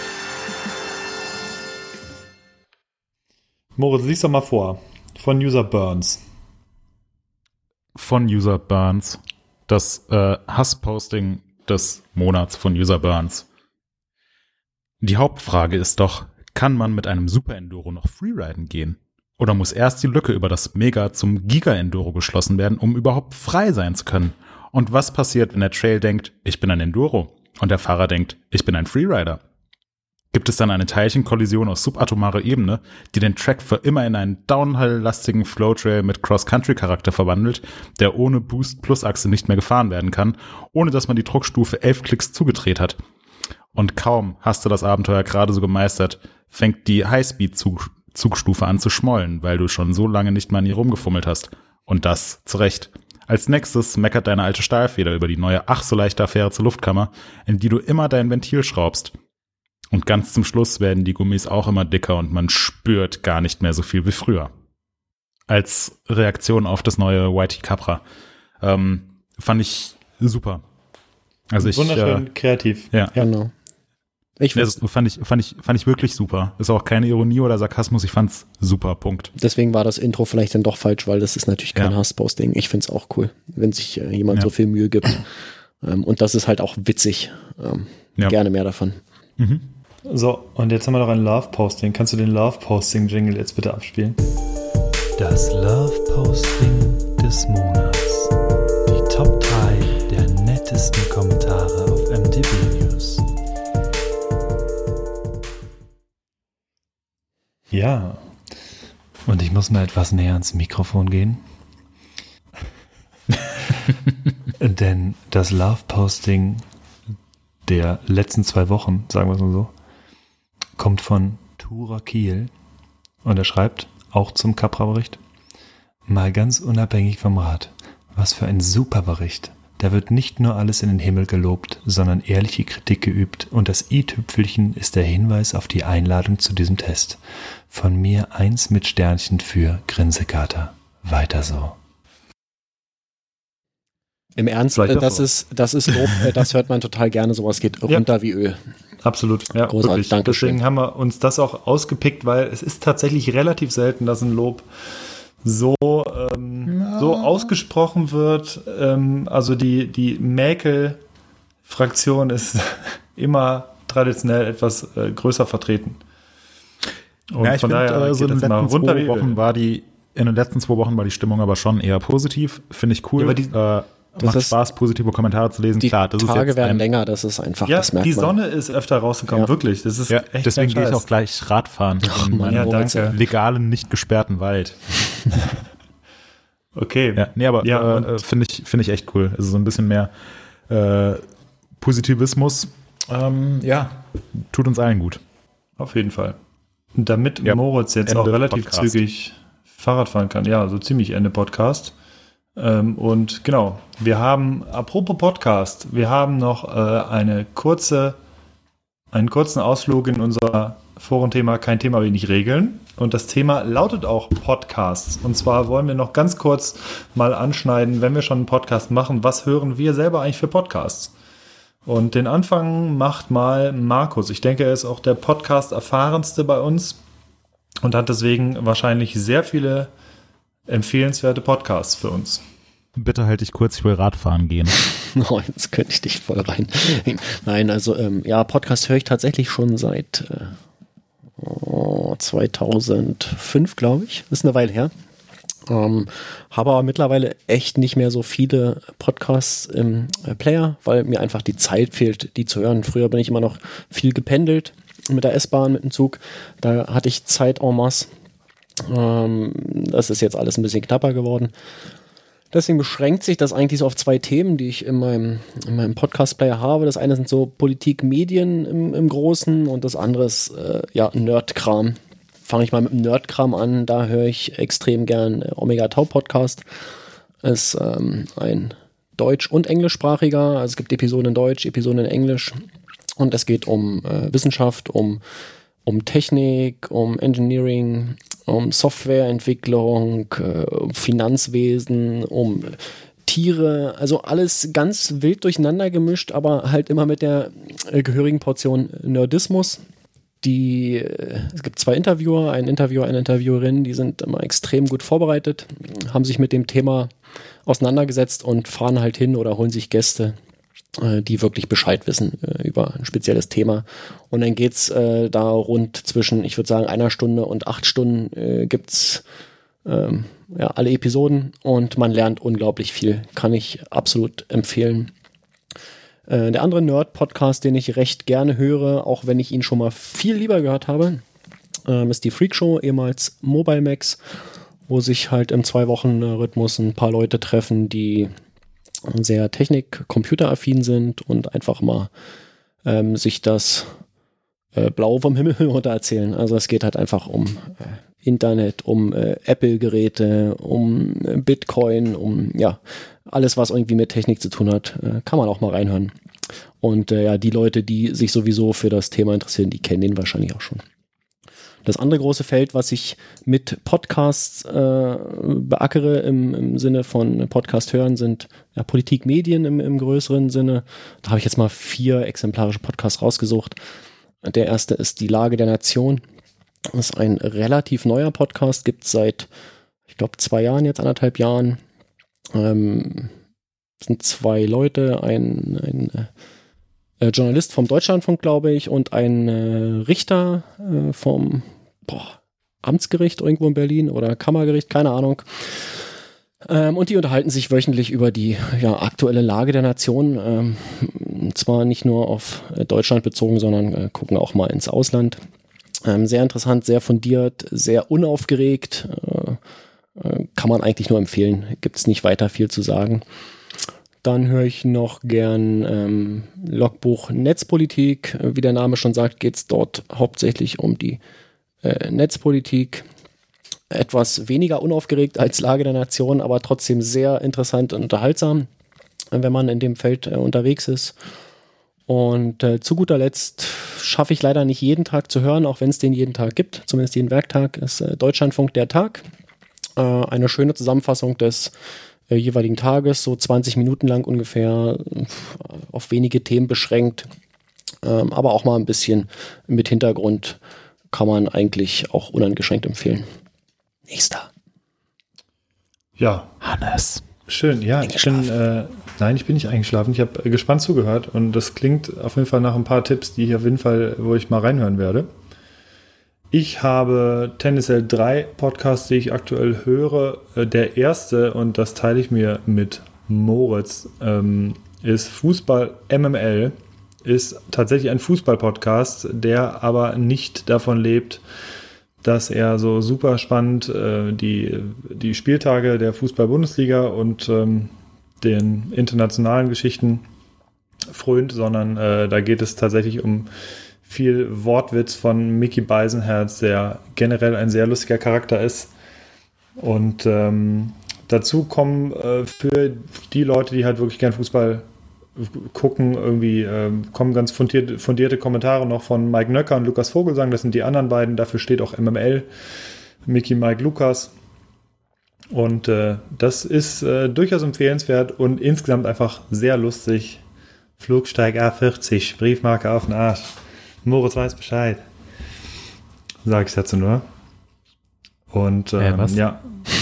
Moritz, lies doch mal vor. Von User Burns. Von User Burns. Das äh, Hassposting des Monats von User Burns. Die Hauptfrage ist doch, kann man mit einem Super Enduro noch Freeriden gehen? Oder muss erst die Lücke über das Mega zum Giga Enduro geschlossen werden, um überhaupt frei sein zu können? Und was passiert, wenn der Trail denkt, ich bin ein Enduro? Und der Fahrer denkt, ich bin ein Freerider? Gibt es dann eine Teilchenkollision auf subatomarer Ebene, die den Track für immer in einen downhill-lastigen Flowtrail mit Cross-Country-Charakter verwandelt, der ohne Boost-Plus-Achse nicht mehr gefahren werden kann, ohne dass man die Druckstufe elf Klicks zugedreht hat? Und kaum hast du das Abenteuer gerade so gemeistert, fängt die Highspeed-Zugstufe an zu schmollen, weil du schon so lange nicht mehr an ihr rumgefummelt hast. Und das zu Recht. Als nächstes meckert deine alte Stahlfeder über die neue ach so leichte Affäre zur Luftkammer, in die du immer dein Ventil schraubst. Und ganz zum Schluss werden die Gummis auch immer dicker und man spürt gar nicht mehr so viel wie früher. Als Reaktion auf das neue Y T Capra. Ähm, fand ich super. Also ich, Wunderschön äh, kreativ. ja. Genau. Ich find's, Also fand ich, fand ich, fand ich wirklich super. Ist auch keine Ironie oder Sarkasmus. Ich fand's super. Punkt. deswegen war das Intro vielleicht dann doch falsch, weil das ist natürlich kein Ja. Hassposting. Ich find's auch cool, wenn sich äh, jemand Ja. so viel Mühe gibt Ähm, und das ist halt auch witzig. Ähm, Ja. Gerne mehr davon. Mhm. So, und jetzt haben wir noch ein Love-Posting. Kannst du den Love-Posting-Jingle jetzt bitte abspielen? Das Love-Posting des Monats. Die Top drei der nettesten Kommentare auf M T B News. Ja. Und ich muss mal etwas näher ans Mikrofon gehen. Denn das Love-Posting der letzten zwei Wochen, sagen wir es mal so, kommt von Tura Kiel. Und er schreibt, auch zum Capra-Bericht, mal ganz unabhängig vom Rat, was für ein super Bericht. Da wird nicht nur alles in den Himmel gelobt, sondern ehrliche Kritik geübt und das i-Tüpfelchen ist der Hinweis auf die Einladung zu diesem Test. Von mir eins mit Sternchen für Grinsekater. Weiter so. Im Ernst, Vielleicht äh, das davor. ist, das ist Lob, äh, das hört man total gerne, sowas geht runter wie Öl. Absolut, ja, Großartig, wirklich. danke schön. Deswegen haben wir uns das auch ausgepickt, weil es ist tatsächlich relativ selten, dass ein Lob so, ähm, so ausgesprochen wird. Ähm, also die, die Mäkel-Fraktion ist immer traditionell etwas äh, größer vertreten. Und Ja, ich von finde, daher äh, so in geht den das mal letzten runter zwei wie Wochen Öl. war die, in den letzten zwei Wochen war die Stimmung aber schon eher positiv. Finde ich cool. Ja, aber die- äh, macht ist- Spaß, positive Kommentare zu lesen. Die Klar, das ist Tage jetzt werden ein, länger, das ist einfach, Ja, das merkt die man. Sonne ist öfter rausgekommen, Ja. wirklich. Das ist Ja, echt deswegen kein gehe ich Scheiß. auch gleich Radfahren in Mann, meinem Ja, Moritz, danke. legalen, nicht gesperrten Wald. Okay. Ja, nee, aber Ja, äh, und- äh, finde ich, finde ich echt cool. Also so ein bisschen mehr äh, Positivismus. Ähm, ja, tut uns allen gut. Auf jeden Fall. Und damit Ja, Moritz jetzt Ende auch relativ Podcast. zügig Fahrrad fahren kann, ja, so ziemlich Ende Podcast. Ähm, und genau, wir haben, apropos Podcast, wir haben noch äh, eine kurze, einen kurzen Ausflug in unser Forenthema Kein Thema wenig Regeln. Und das Thema lautet auch Podcasts. Und zwar wollen wir noch ganz kurz mal anschneiden, wenn wir schon einen Podcast machen, was hören wir selber eigentlich für Podcasts? Und den Anfang macht mal Markus. Ich denke, er ist auch der Podcast-erfahrenste bei uns und hat deswegen wahrscheinlich sehr viele empfehlenswerte Podcasts für uns. Bitte halt dich kurz, ich will Radfahren gehen. Oh, jetzt könnte ich dich voll rein. Nein, also ähm, ja, Podcast höre ich tatsächlich schon seit äh, oh, zweitausendfünf, glaube ich. Das ist eine Weile her. Ähm, habe aber mittlerweile echt nicht mehr so viele Podcasts im äh, Player, weil mir einfach die Zeit fehlt, die zu hören. Früher bin ich immer noch viel gependelt mit der S-Bahn, mit dem Zug. Da hatte ich Zeit en masse. Ähm, das ist jetzt alles ein bisschen knapper geworden. Deswegen beschränkt sich das eigentlich so auf zwei Themen, die ich in meinem, in meinem Podcast-Player habe. Das eine sind so Politik, Medien im, im Großen und das andere ist äh, ja, Nerdkram. Fange ich mal mit dem Nerdkram an. Da höre ich extrem gern äh, Omega Tau Podcast. Ist ähm, ein deutsch- und englischsprachiger. Also es gibt Episoden in Deutsch, Episoden in Englisch. Und es geht um äh, Wissenschaft, um, um Technik, um Engineering, um Softwareentwicklung, äh, um Finanzwesen, um Tiere, also alles ganz wild durcheinander gemischt, aber halt immer mit der äh, gehörigen Portion Nerdismus. Die, äh, es gibt zwei Interviewer, ein Interviewer, eine Interviewerin, die sind immer extrem gut vorbereitet, haben sich mit dem Thema auseinandergesetzt und fahren halt hin oder holen sich Gäste, äh, die wirklich Bescheid wissen äh, über ein spezielles Thema. Und dann geht's äh, da rund zwischen, ich würde sagen, einer Stunde und acht Stunden äh, gibt's ähm, ja, alle Episoden und man lernt unglaublich viel. Kann ich absolut empfehlen. Äh, der andere Nerd-Podcast, den ich recht gerne höre, auch wenn ich ihn schon mal viel lieber gehört habe, ähm, ist die Freak Show, ehemals Mobile Max, wo sich halt im Zwei-Wochen-Rhythmus ein paar Leute treffen, die sehr technik-computeraffin sind und einfach mal ähm, sich das äh, Blau vom Himmel runter erzählen. Also es geht halt einfach um äh, Internet, um äh, Apple-Geräte, um äh, Bitcoin, um ja alles, was irgendwie mit Technik zu tun hat, äh, kann man auch mal reinhören. Und äh, ja, die Leute, die sich sowieso für das Thema interessieren, die kennen den wahrscheinlich auch schon. Das andere große Feld, was ich mit Podcasts äh, beackere im, im Sinne von Podcast hören, sind ja, Politik, Medien im, im größeren Sinne. Da habe ich jetzt mal vier exemplarische Podcasts rausgesucht. Der erste ist Die Lage der Nation. Das ist ein relativ neuer Podcast, gibt es seit, ich glaube, zwei Jahren, jetzt anderthalb Jahren. Ähm, Das sind zwei Leute, ein, ein äh, Journalist vom Deutschlandfunk, glaube ich, und ein äh, Richter äh, vom boah, Amtsgericht irgendwo in Berlin oder Kammergericht, keine Ahnung. Ähm, und die unterhalten sich wöchentlich über die ja, aktuelle Lage der Nation. Ähm, zwar nicht nur auf Deutschland bezogen, sondern äh, gucken auch mal ins Ausland. Ähm, sehr interessant, sehr fundiert, sehr unaufgeregt. Äh, äh, kann man eigentlich nur empfehlen. Gibt es nicht weiter viel zu sagen. Dann höre ich noch gern ähm, Logbuch Netzpolitik. Wie der Name schon sagt, geht es dort hauptsächlich um die äh, Netzpolitik. Etwas weniger unaufgeregt als Lage der Nation, aber trotzdem sehr interessant und unterhaltsam, wenn man in dem Feld äh, unterwegs ist. Und äh, zu guter Letzt schaffe ich leider nicht jeden Tag zu hören, auch wenn es den jeden Tag gibt, zumindest jeden Werktag, ist äh, Deutschlandfunk der Tag. Äh, eine schöne Zusammenfassung des äh, jeweiligen Tages, so zwanzig Minuten lang ungefähr, äh, auf wenige Themen beschränkt, äh, aber auch mal ein bisschen mit Hintergrund, kann man eigentlich auch uneingeschränkt empfehlen. Nächster. Ja. Hannes. Schön, ja. Ich bin, äh, nein, ich bin nicht eingeschlafen. Ich habe äh, gespannt zugehört und das klingt auf jeden Fall nach ein paar Tipps, die ich auf jeden Fall, wo ich mal reinhören werde. Ich habe Tennis-L drei Podcasts, die ich aktuell höre. Äh, der erste, und das teile ich mir mit Moritz, ähm, ist Fußball M M L. Ist tatsächlich ein Fußball-Podcast, der aber nicht davon lebt, dass er so super spannend äh, die, die Spieltage der Fußball-Bundesliga und ähm, den internationalen Geschichten frönt, sondern äh, da geht es tatsächlich um viel Wortwitz von Mickey Beisenherz, der generell ein sehr lustiger Charakter ist. Und ähm, dazu kommen äh, für die Leute, die halt wirklich gern Fußball gucken, irgendwie äh, kommen ganz fundierte, fundierte Kommentare noch von Mike Nöcker und Lukas Vogelsang, das sind die anderen beiden, dafür steht auch M M L, Mickey, Mike, Lukas, und äh, das ist äh, durchaus empfehlenswert und insgesamt einfach sehr lustig. Flugsteig A vierzig, Briefmarke auf den Arsch. Moritz weiß Bescheid. Sag ich dazu nur. Und ähm, äh, was? Ja.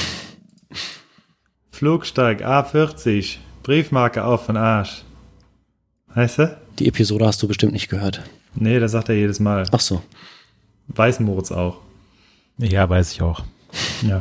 Flugsteig A vierzig, Briefmarke auf den Arsch. Weißt du? Die Episode hast du bestimmt nicht gehört. Nee, das sagt er jedes Mal. Ach so. Weiß Moritz auch. Ja, weiß ich auch. Ja.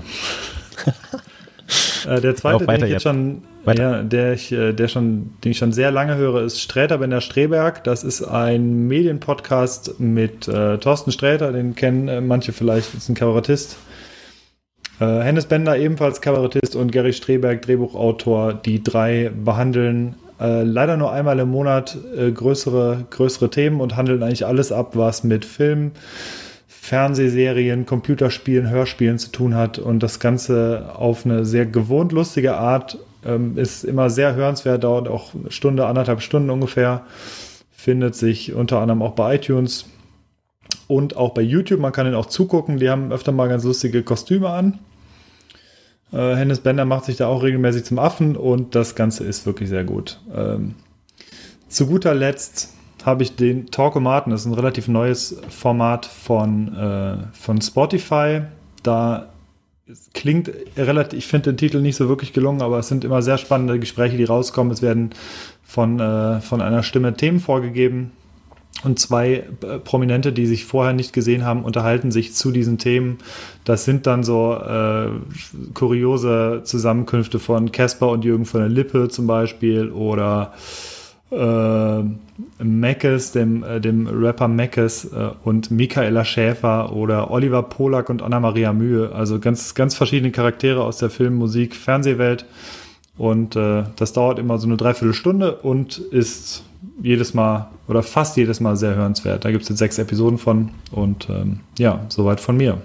äh, der zweite, den ich jetzt schon, ja, der ich, der schon, den ich schon sehr lange höre, ist Sträter Bender Streberg. Das ist ein Medienpodcast mit äh, Thorsten Sträter, den kennen äh, manche vielleicht, ist ein Kabarettist. Äh, Hennes Bender ebenfalls Kabarettist und Gary Streberg, Drehbuchautor. Die drei behandeln Äh, leider nur einmal im Monat äh, größere, größere Themen und handeln eigentlich alles ab, was mit Film, Fernsehserien, Computerspielen, Hörspielen zu tun hat, und das Ganze auf eine sehr gewohnt lustige Art, ähm, ist immer sehr hörenswert, dauert auch eine Stunde, anderthalb Stunden ungefähr, findet sich unter anderem auch bei iTunes und auch bei YouTube, man kann den auch zugucken, die haben öfter mal ganz lustige Kostüme an. Äh, Hennes Bender macht sich da auch regelmäßig zum Affen und das Ganze ist wirklich sehr gut. Ähm, zu guter Letzt habe ich den Talkomaten, das ist ein relativ neues Format von, äh, von Spotify. Da klingt relativ, ich finde den Titel nicht so wirklich gelungen, aber es sind immer sehr spannende Gespräche, die rauskommen. Es werden von, äh, von einer Stimme Themen vorgegeben. Und zwei äh, Prominente, die sich vorher nicht gesehen haben, unterhalten sich zu diesen Themen. Das sind dann so äh, kuriose Zusammenkünfte von Casper und Jürgen von der Lippe zum Beispiel oder äh, Meckes, dem, äh, dem Rapper Meckes äh, und Michaela Schäfer oder Oliver Polak und Anna-Maria Mühe. Also ganz, ganz verschiedene Charaktere aus der Film-, Musik-, Fernsehwelt. Und äh, das dauert immer so eine Dreiviertelstunde und ist jedes Mal oder fast jedes Mal sehr hörenswert. Da gibt es jetzt sechs Episoden von und ähm, ja, soweit von mir.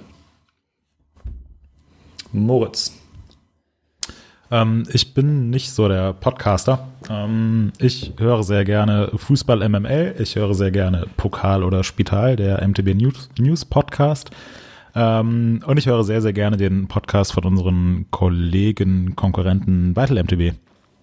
Moritz. Ähm, ich bin nicht so der Podcaster. Ähm, ich höre sehr gerne Fußball M M L. Ich höre sehr gerne Pokal oder Spital, der M T B News, News Podcast. Ähm, und ich höre sehr, sehr gerne den Podcast von unseren Kollegen, Konkurrenten Vital M T B.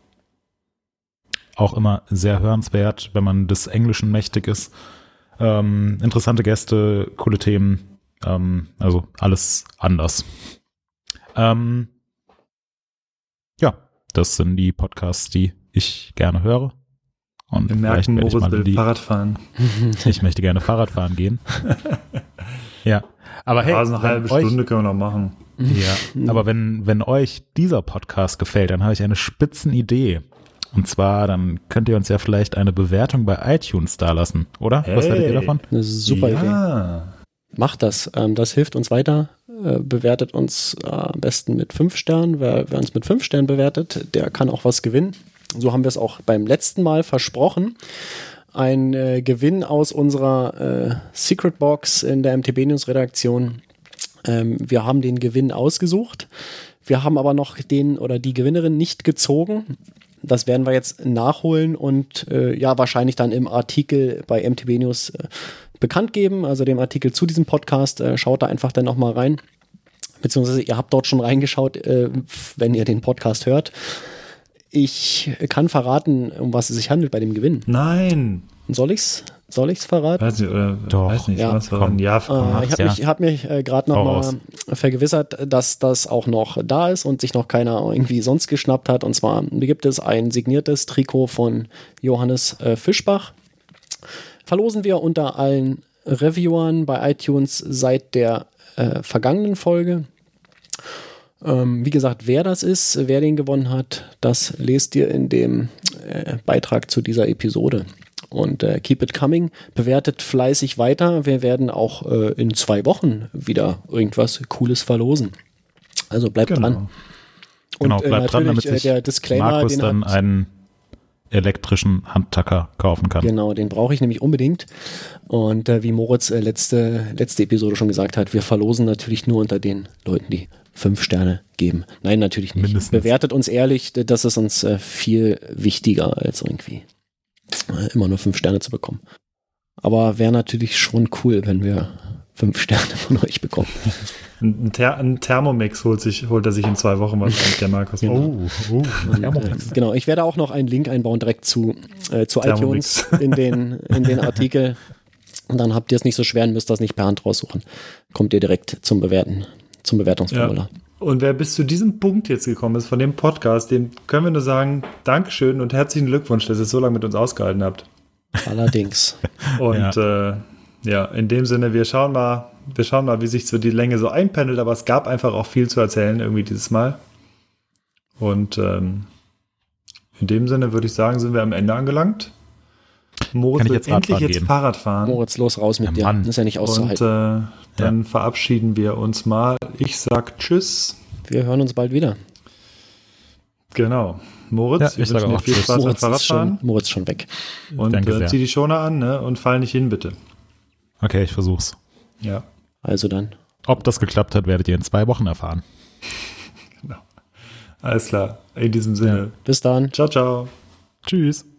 Auch immer sehr hörenswert, wenn man des Englischen mächtig ist. Ähm, interessante Gäste, coole Themen, ähm, also alles anders. Ähm, ja, das sind die Podcasts, die ich gerne höre. Und Wir vielleicht merken, werde ich Moritz mal will die, Fahrrad fahren. ich möchte gerne Fahrrad fahren gehen. Ja, aber hey, Ja, so eine wenn halbe euch, Stunde können wir noch machen. ja, aber wenn, wenn euch dieser Podcast gefällt, dann habe ich eine Spitzenidee. Und zwar, dann könnt ihr uns ja vielleicht eine Bewertung bei iTunes dalassen, oder? Was Hey. haltet ihr davon? Eine super Idee. Ja. Macht das. Ähm, das hilft uns weiter. Äh, bewertet uns äh, am besten mit fünf Sternen. Wer, wer uns mit fünf Sternen bewertet, der kann auch was gewinnen. So haben wir es auch beim letzten Mal versprochen. Ein äh, Gewinn aus unserer äh, Secret Box in der M T B News Redaktion. Ähm, wir haben den Gewinn ausgesucht. Wir haben aber noch den oder die Gewinnerin nicht gezogen. Das werden wir jetzt nachholen und äh, ja, wahrscheinlich dann im Artikel bei M T B News äh, bekannt geben, also dem Artikel zu diesem Podcast. Äh, schaut da einfach dann nochmal rein. Beziehungsweise ihr habt dort schon reingeschaut, äh, wenn ihr den Podcast hört. Ich kann verraten, um was es sich handelt bei dem Gewinn. Nein. Soll ich's? Soll ich's verraten? Weiß nicht, oder? Doch. Weiß nicht, Ja. was war Komm. ein Ja, Äh, komm, ich habe ja. mich, hab mich äh, gerade noch Hau mal raus. vergewissert, dass das auch noch da ist und sich noch keiner irgendwie sonst geschnappt hat. Und zwar gibt es ein signiertes Trikot von Johannes äh, Fischbach. Verlosen wir unter allen Reviewern bei iTunes seit der äh, vergangenen Folge. Ähm, wie gesagt, wer das ist, wer den gewonnen hat, das lest ihr in dem äh, Beitrag zu dieser Episode. Und äh, keep it coming, bewertet fleißig weiter. Wir werden auch äh, in zwei Wochen wieder irgendwas Cooles verlosen. Also bleibt Genau. dran. Und Genau, bleibt dran, damit natürlich, äh, sich der Disclaimer, Markus den dann hat- einen elektrischen Handtacker kaufen kann. Genau, den brauche ich nämlich unbedingt. Und äh, wie Moritz äh, letzte, letzte Episode schon gesagt hat, wir verlosen natürlich nur unter den Leuten, die fünf Sterne geben. Nein, natürlich nicht. Mindestens. Bewertet uns ehrlich, das ist uns äh, viel wichtiger, als irgendwie äh, immer nur fünf Sterne zu bekommen. Aber wäre natürlich schon cool, wenn wir fünf Sterne von euch bekommen. Ein, Ther ein Thermomix holt, sich, holt er sich in zwei Wochen wahrscheinlich, der Markus. Genau. Oh, oh, Und, äh, genau, ich werde auch noch einen Link einbauen direkt zu, äh, zu Thermomix. iTunes in den, in den Artikel. Und dann habt ihr es nicht so schwer und müsst das nicht per Hand raussuchen. Kommt ihr direkt zum Bewerten, zum Bewertungsformular. Ja. Und wer bis zu diesem Punkt jetzt gekommen ist von dem Podcast, dem können wir nur sagen, Dankeschön und herzlichen Glückwunsch, dass ihr es so lange mit uns ausgehalten habt. Allerdings. Und ja. Äh, ja, in dem Sinne, wir schauen mal, wir schauen mal, wie sich so die Länge so einpendelt, aber es gab einfach auch viel zu erzählen irgendwie dieses Mal. Und ähm, in dem Sinne würde ich sagen, sind wir am Ende angelangt. Moritz Kann ich wird jetzt Radfahren endlich jetzt gehen? Fahrrad fahren. Moritz, los raus mit Ja, dir. Mann. Das ist ja nicht Und auszuhalten. äh, dann verabschieden wir uns mal. Ich sag Tschüss. Wir hören uns bald wieder. Genau. Moritz, Ja, ich wir sage wünschen dir auch viel Tschüss. Spaß beim Moritz ist, Fahrradfahren. schon, Moritz ist schon weg. Und Danke äh, sehr. zieh die Schoner an, ne? Und fall nicht hin, bitte. Okay, ich versuch's. Ja. Also dann. Ob das geklappt hat, werdet ihr in zwei Wochen erfahren. Alles klar. In diesem Sinne. Bis dann. Ciao, ciao. Tschüss.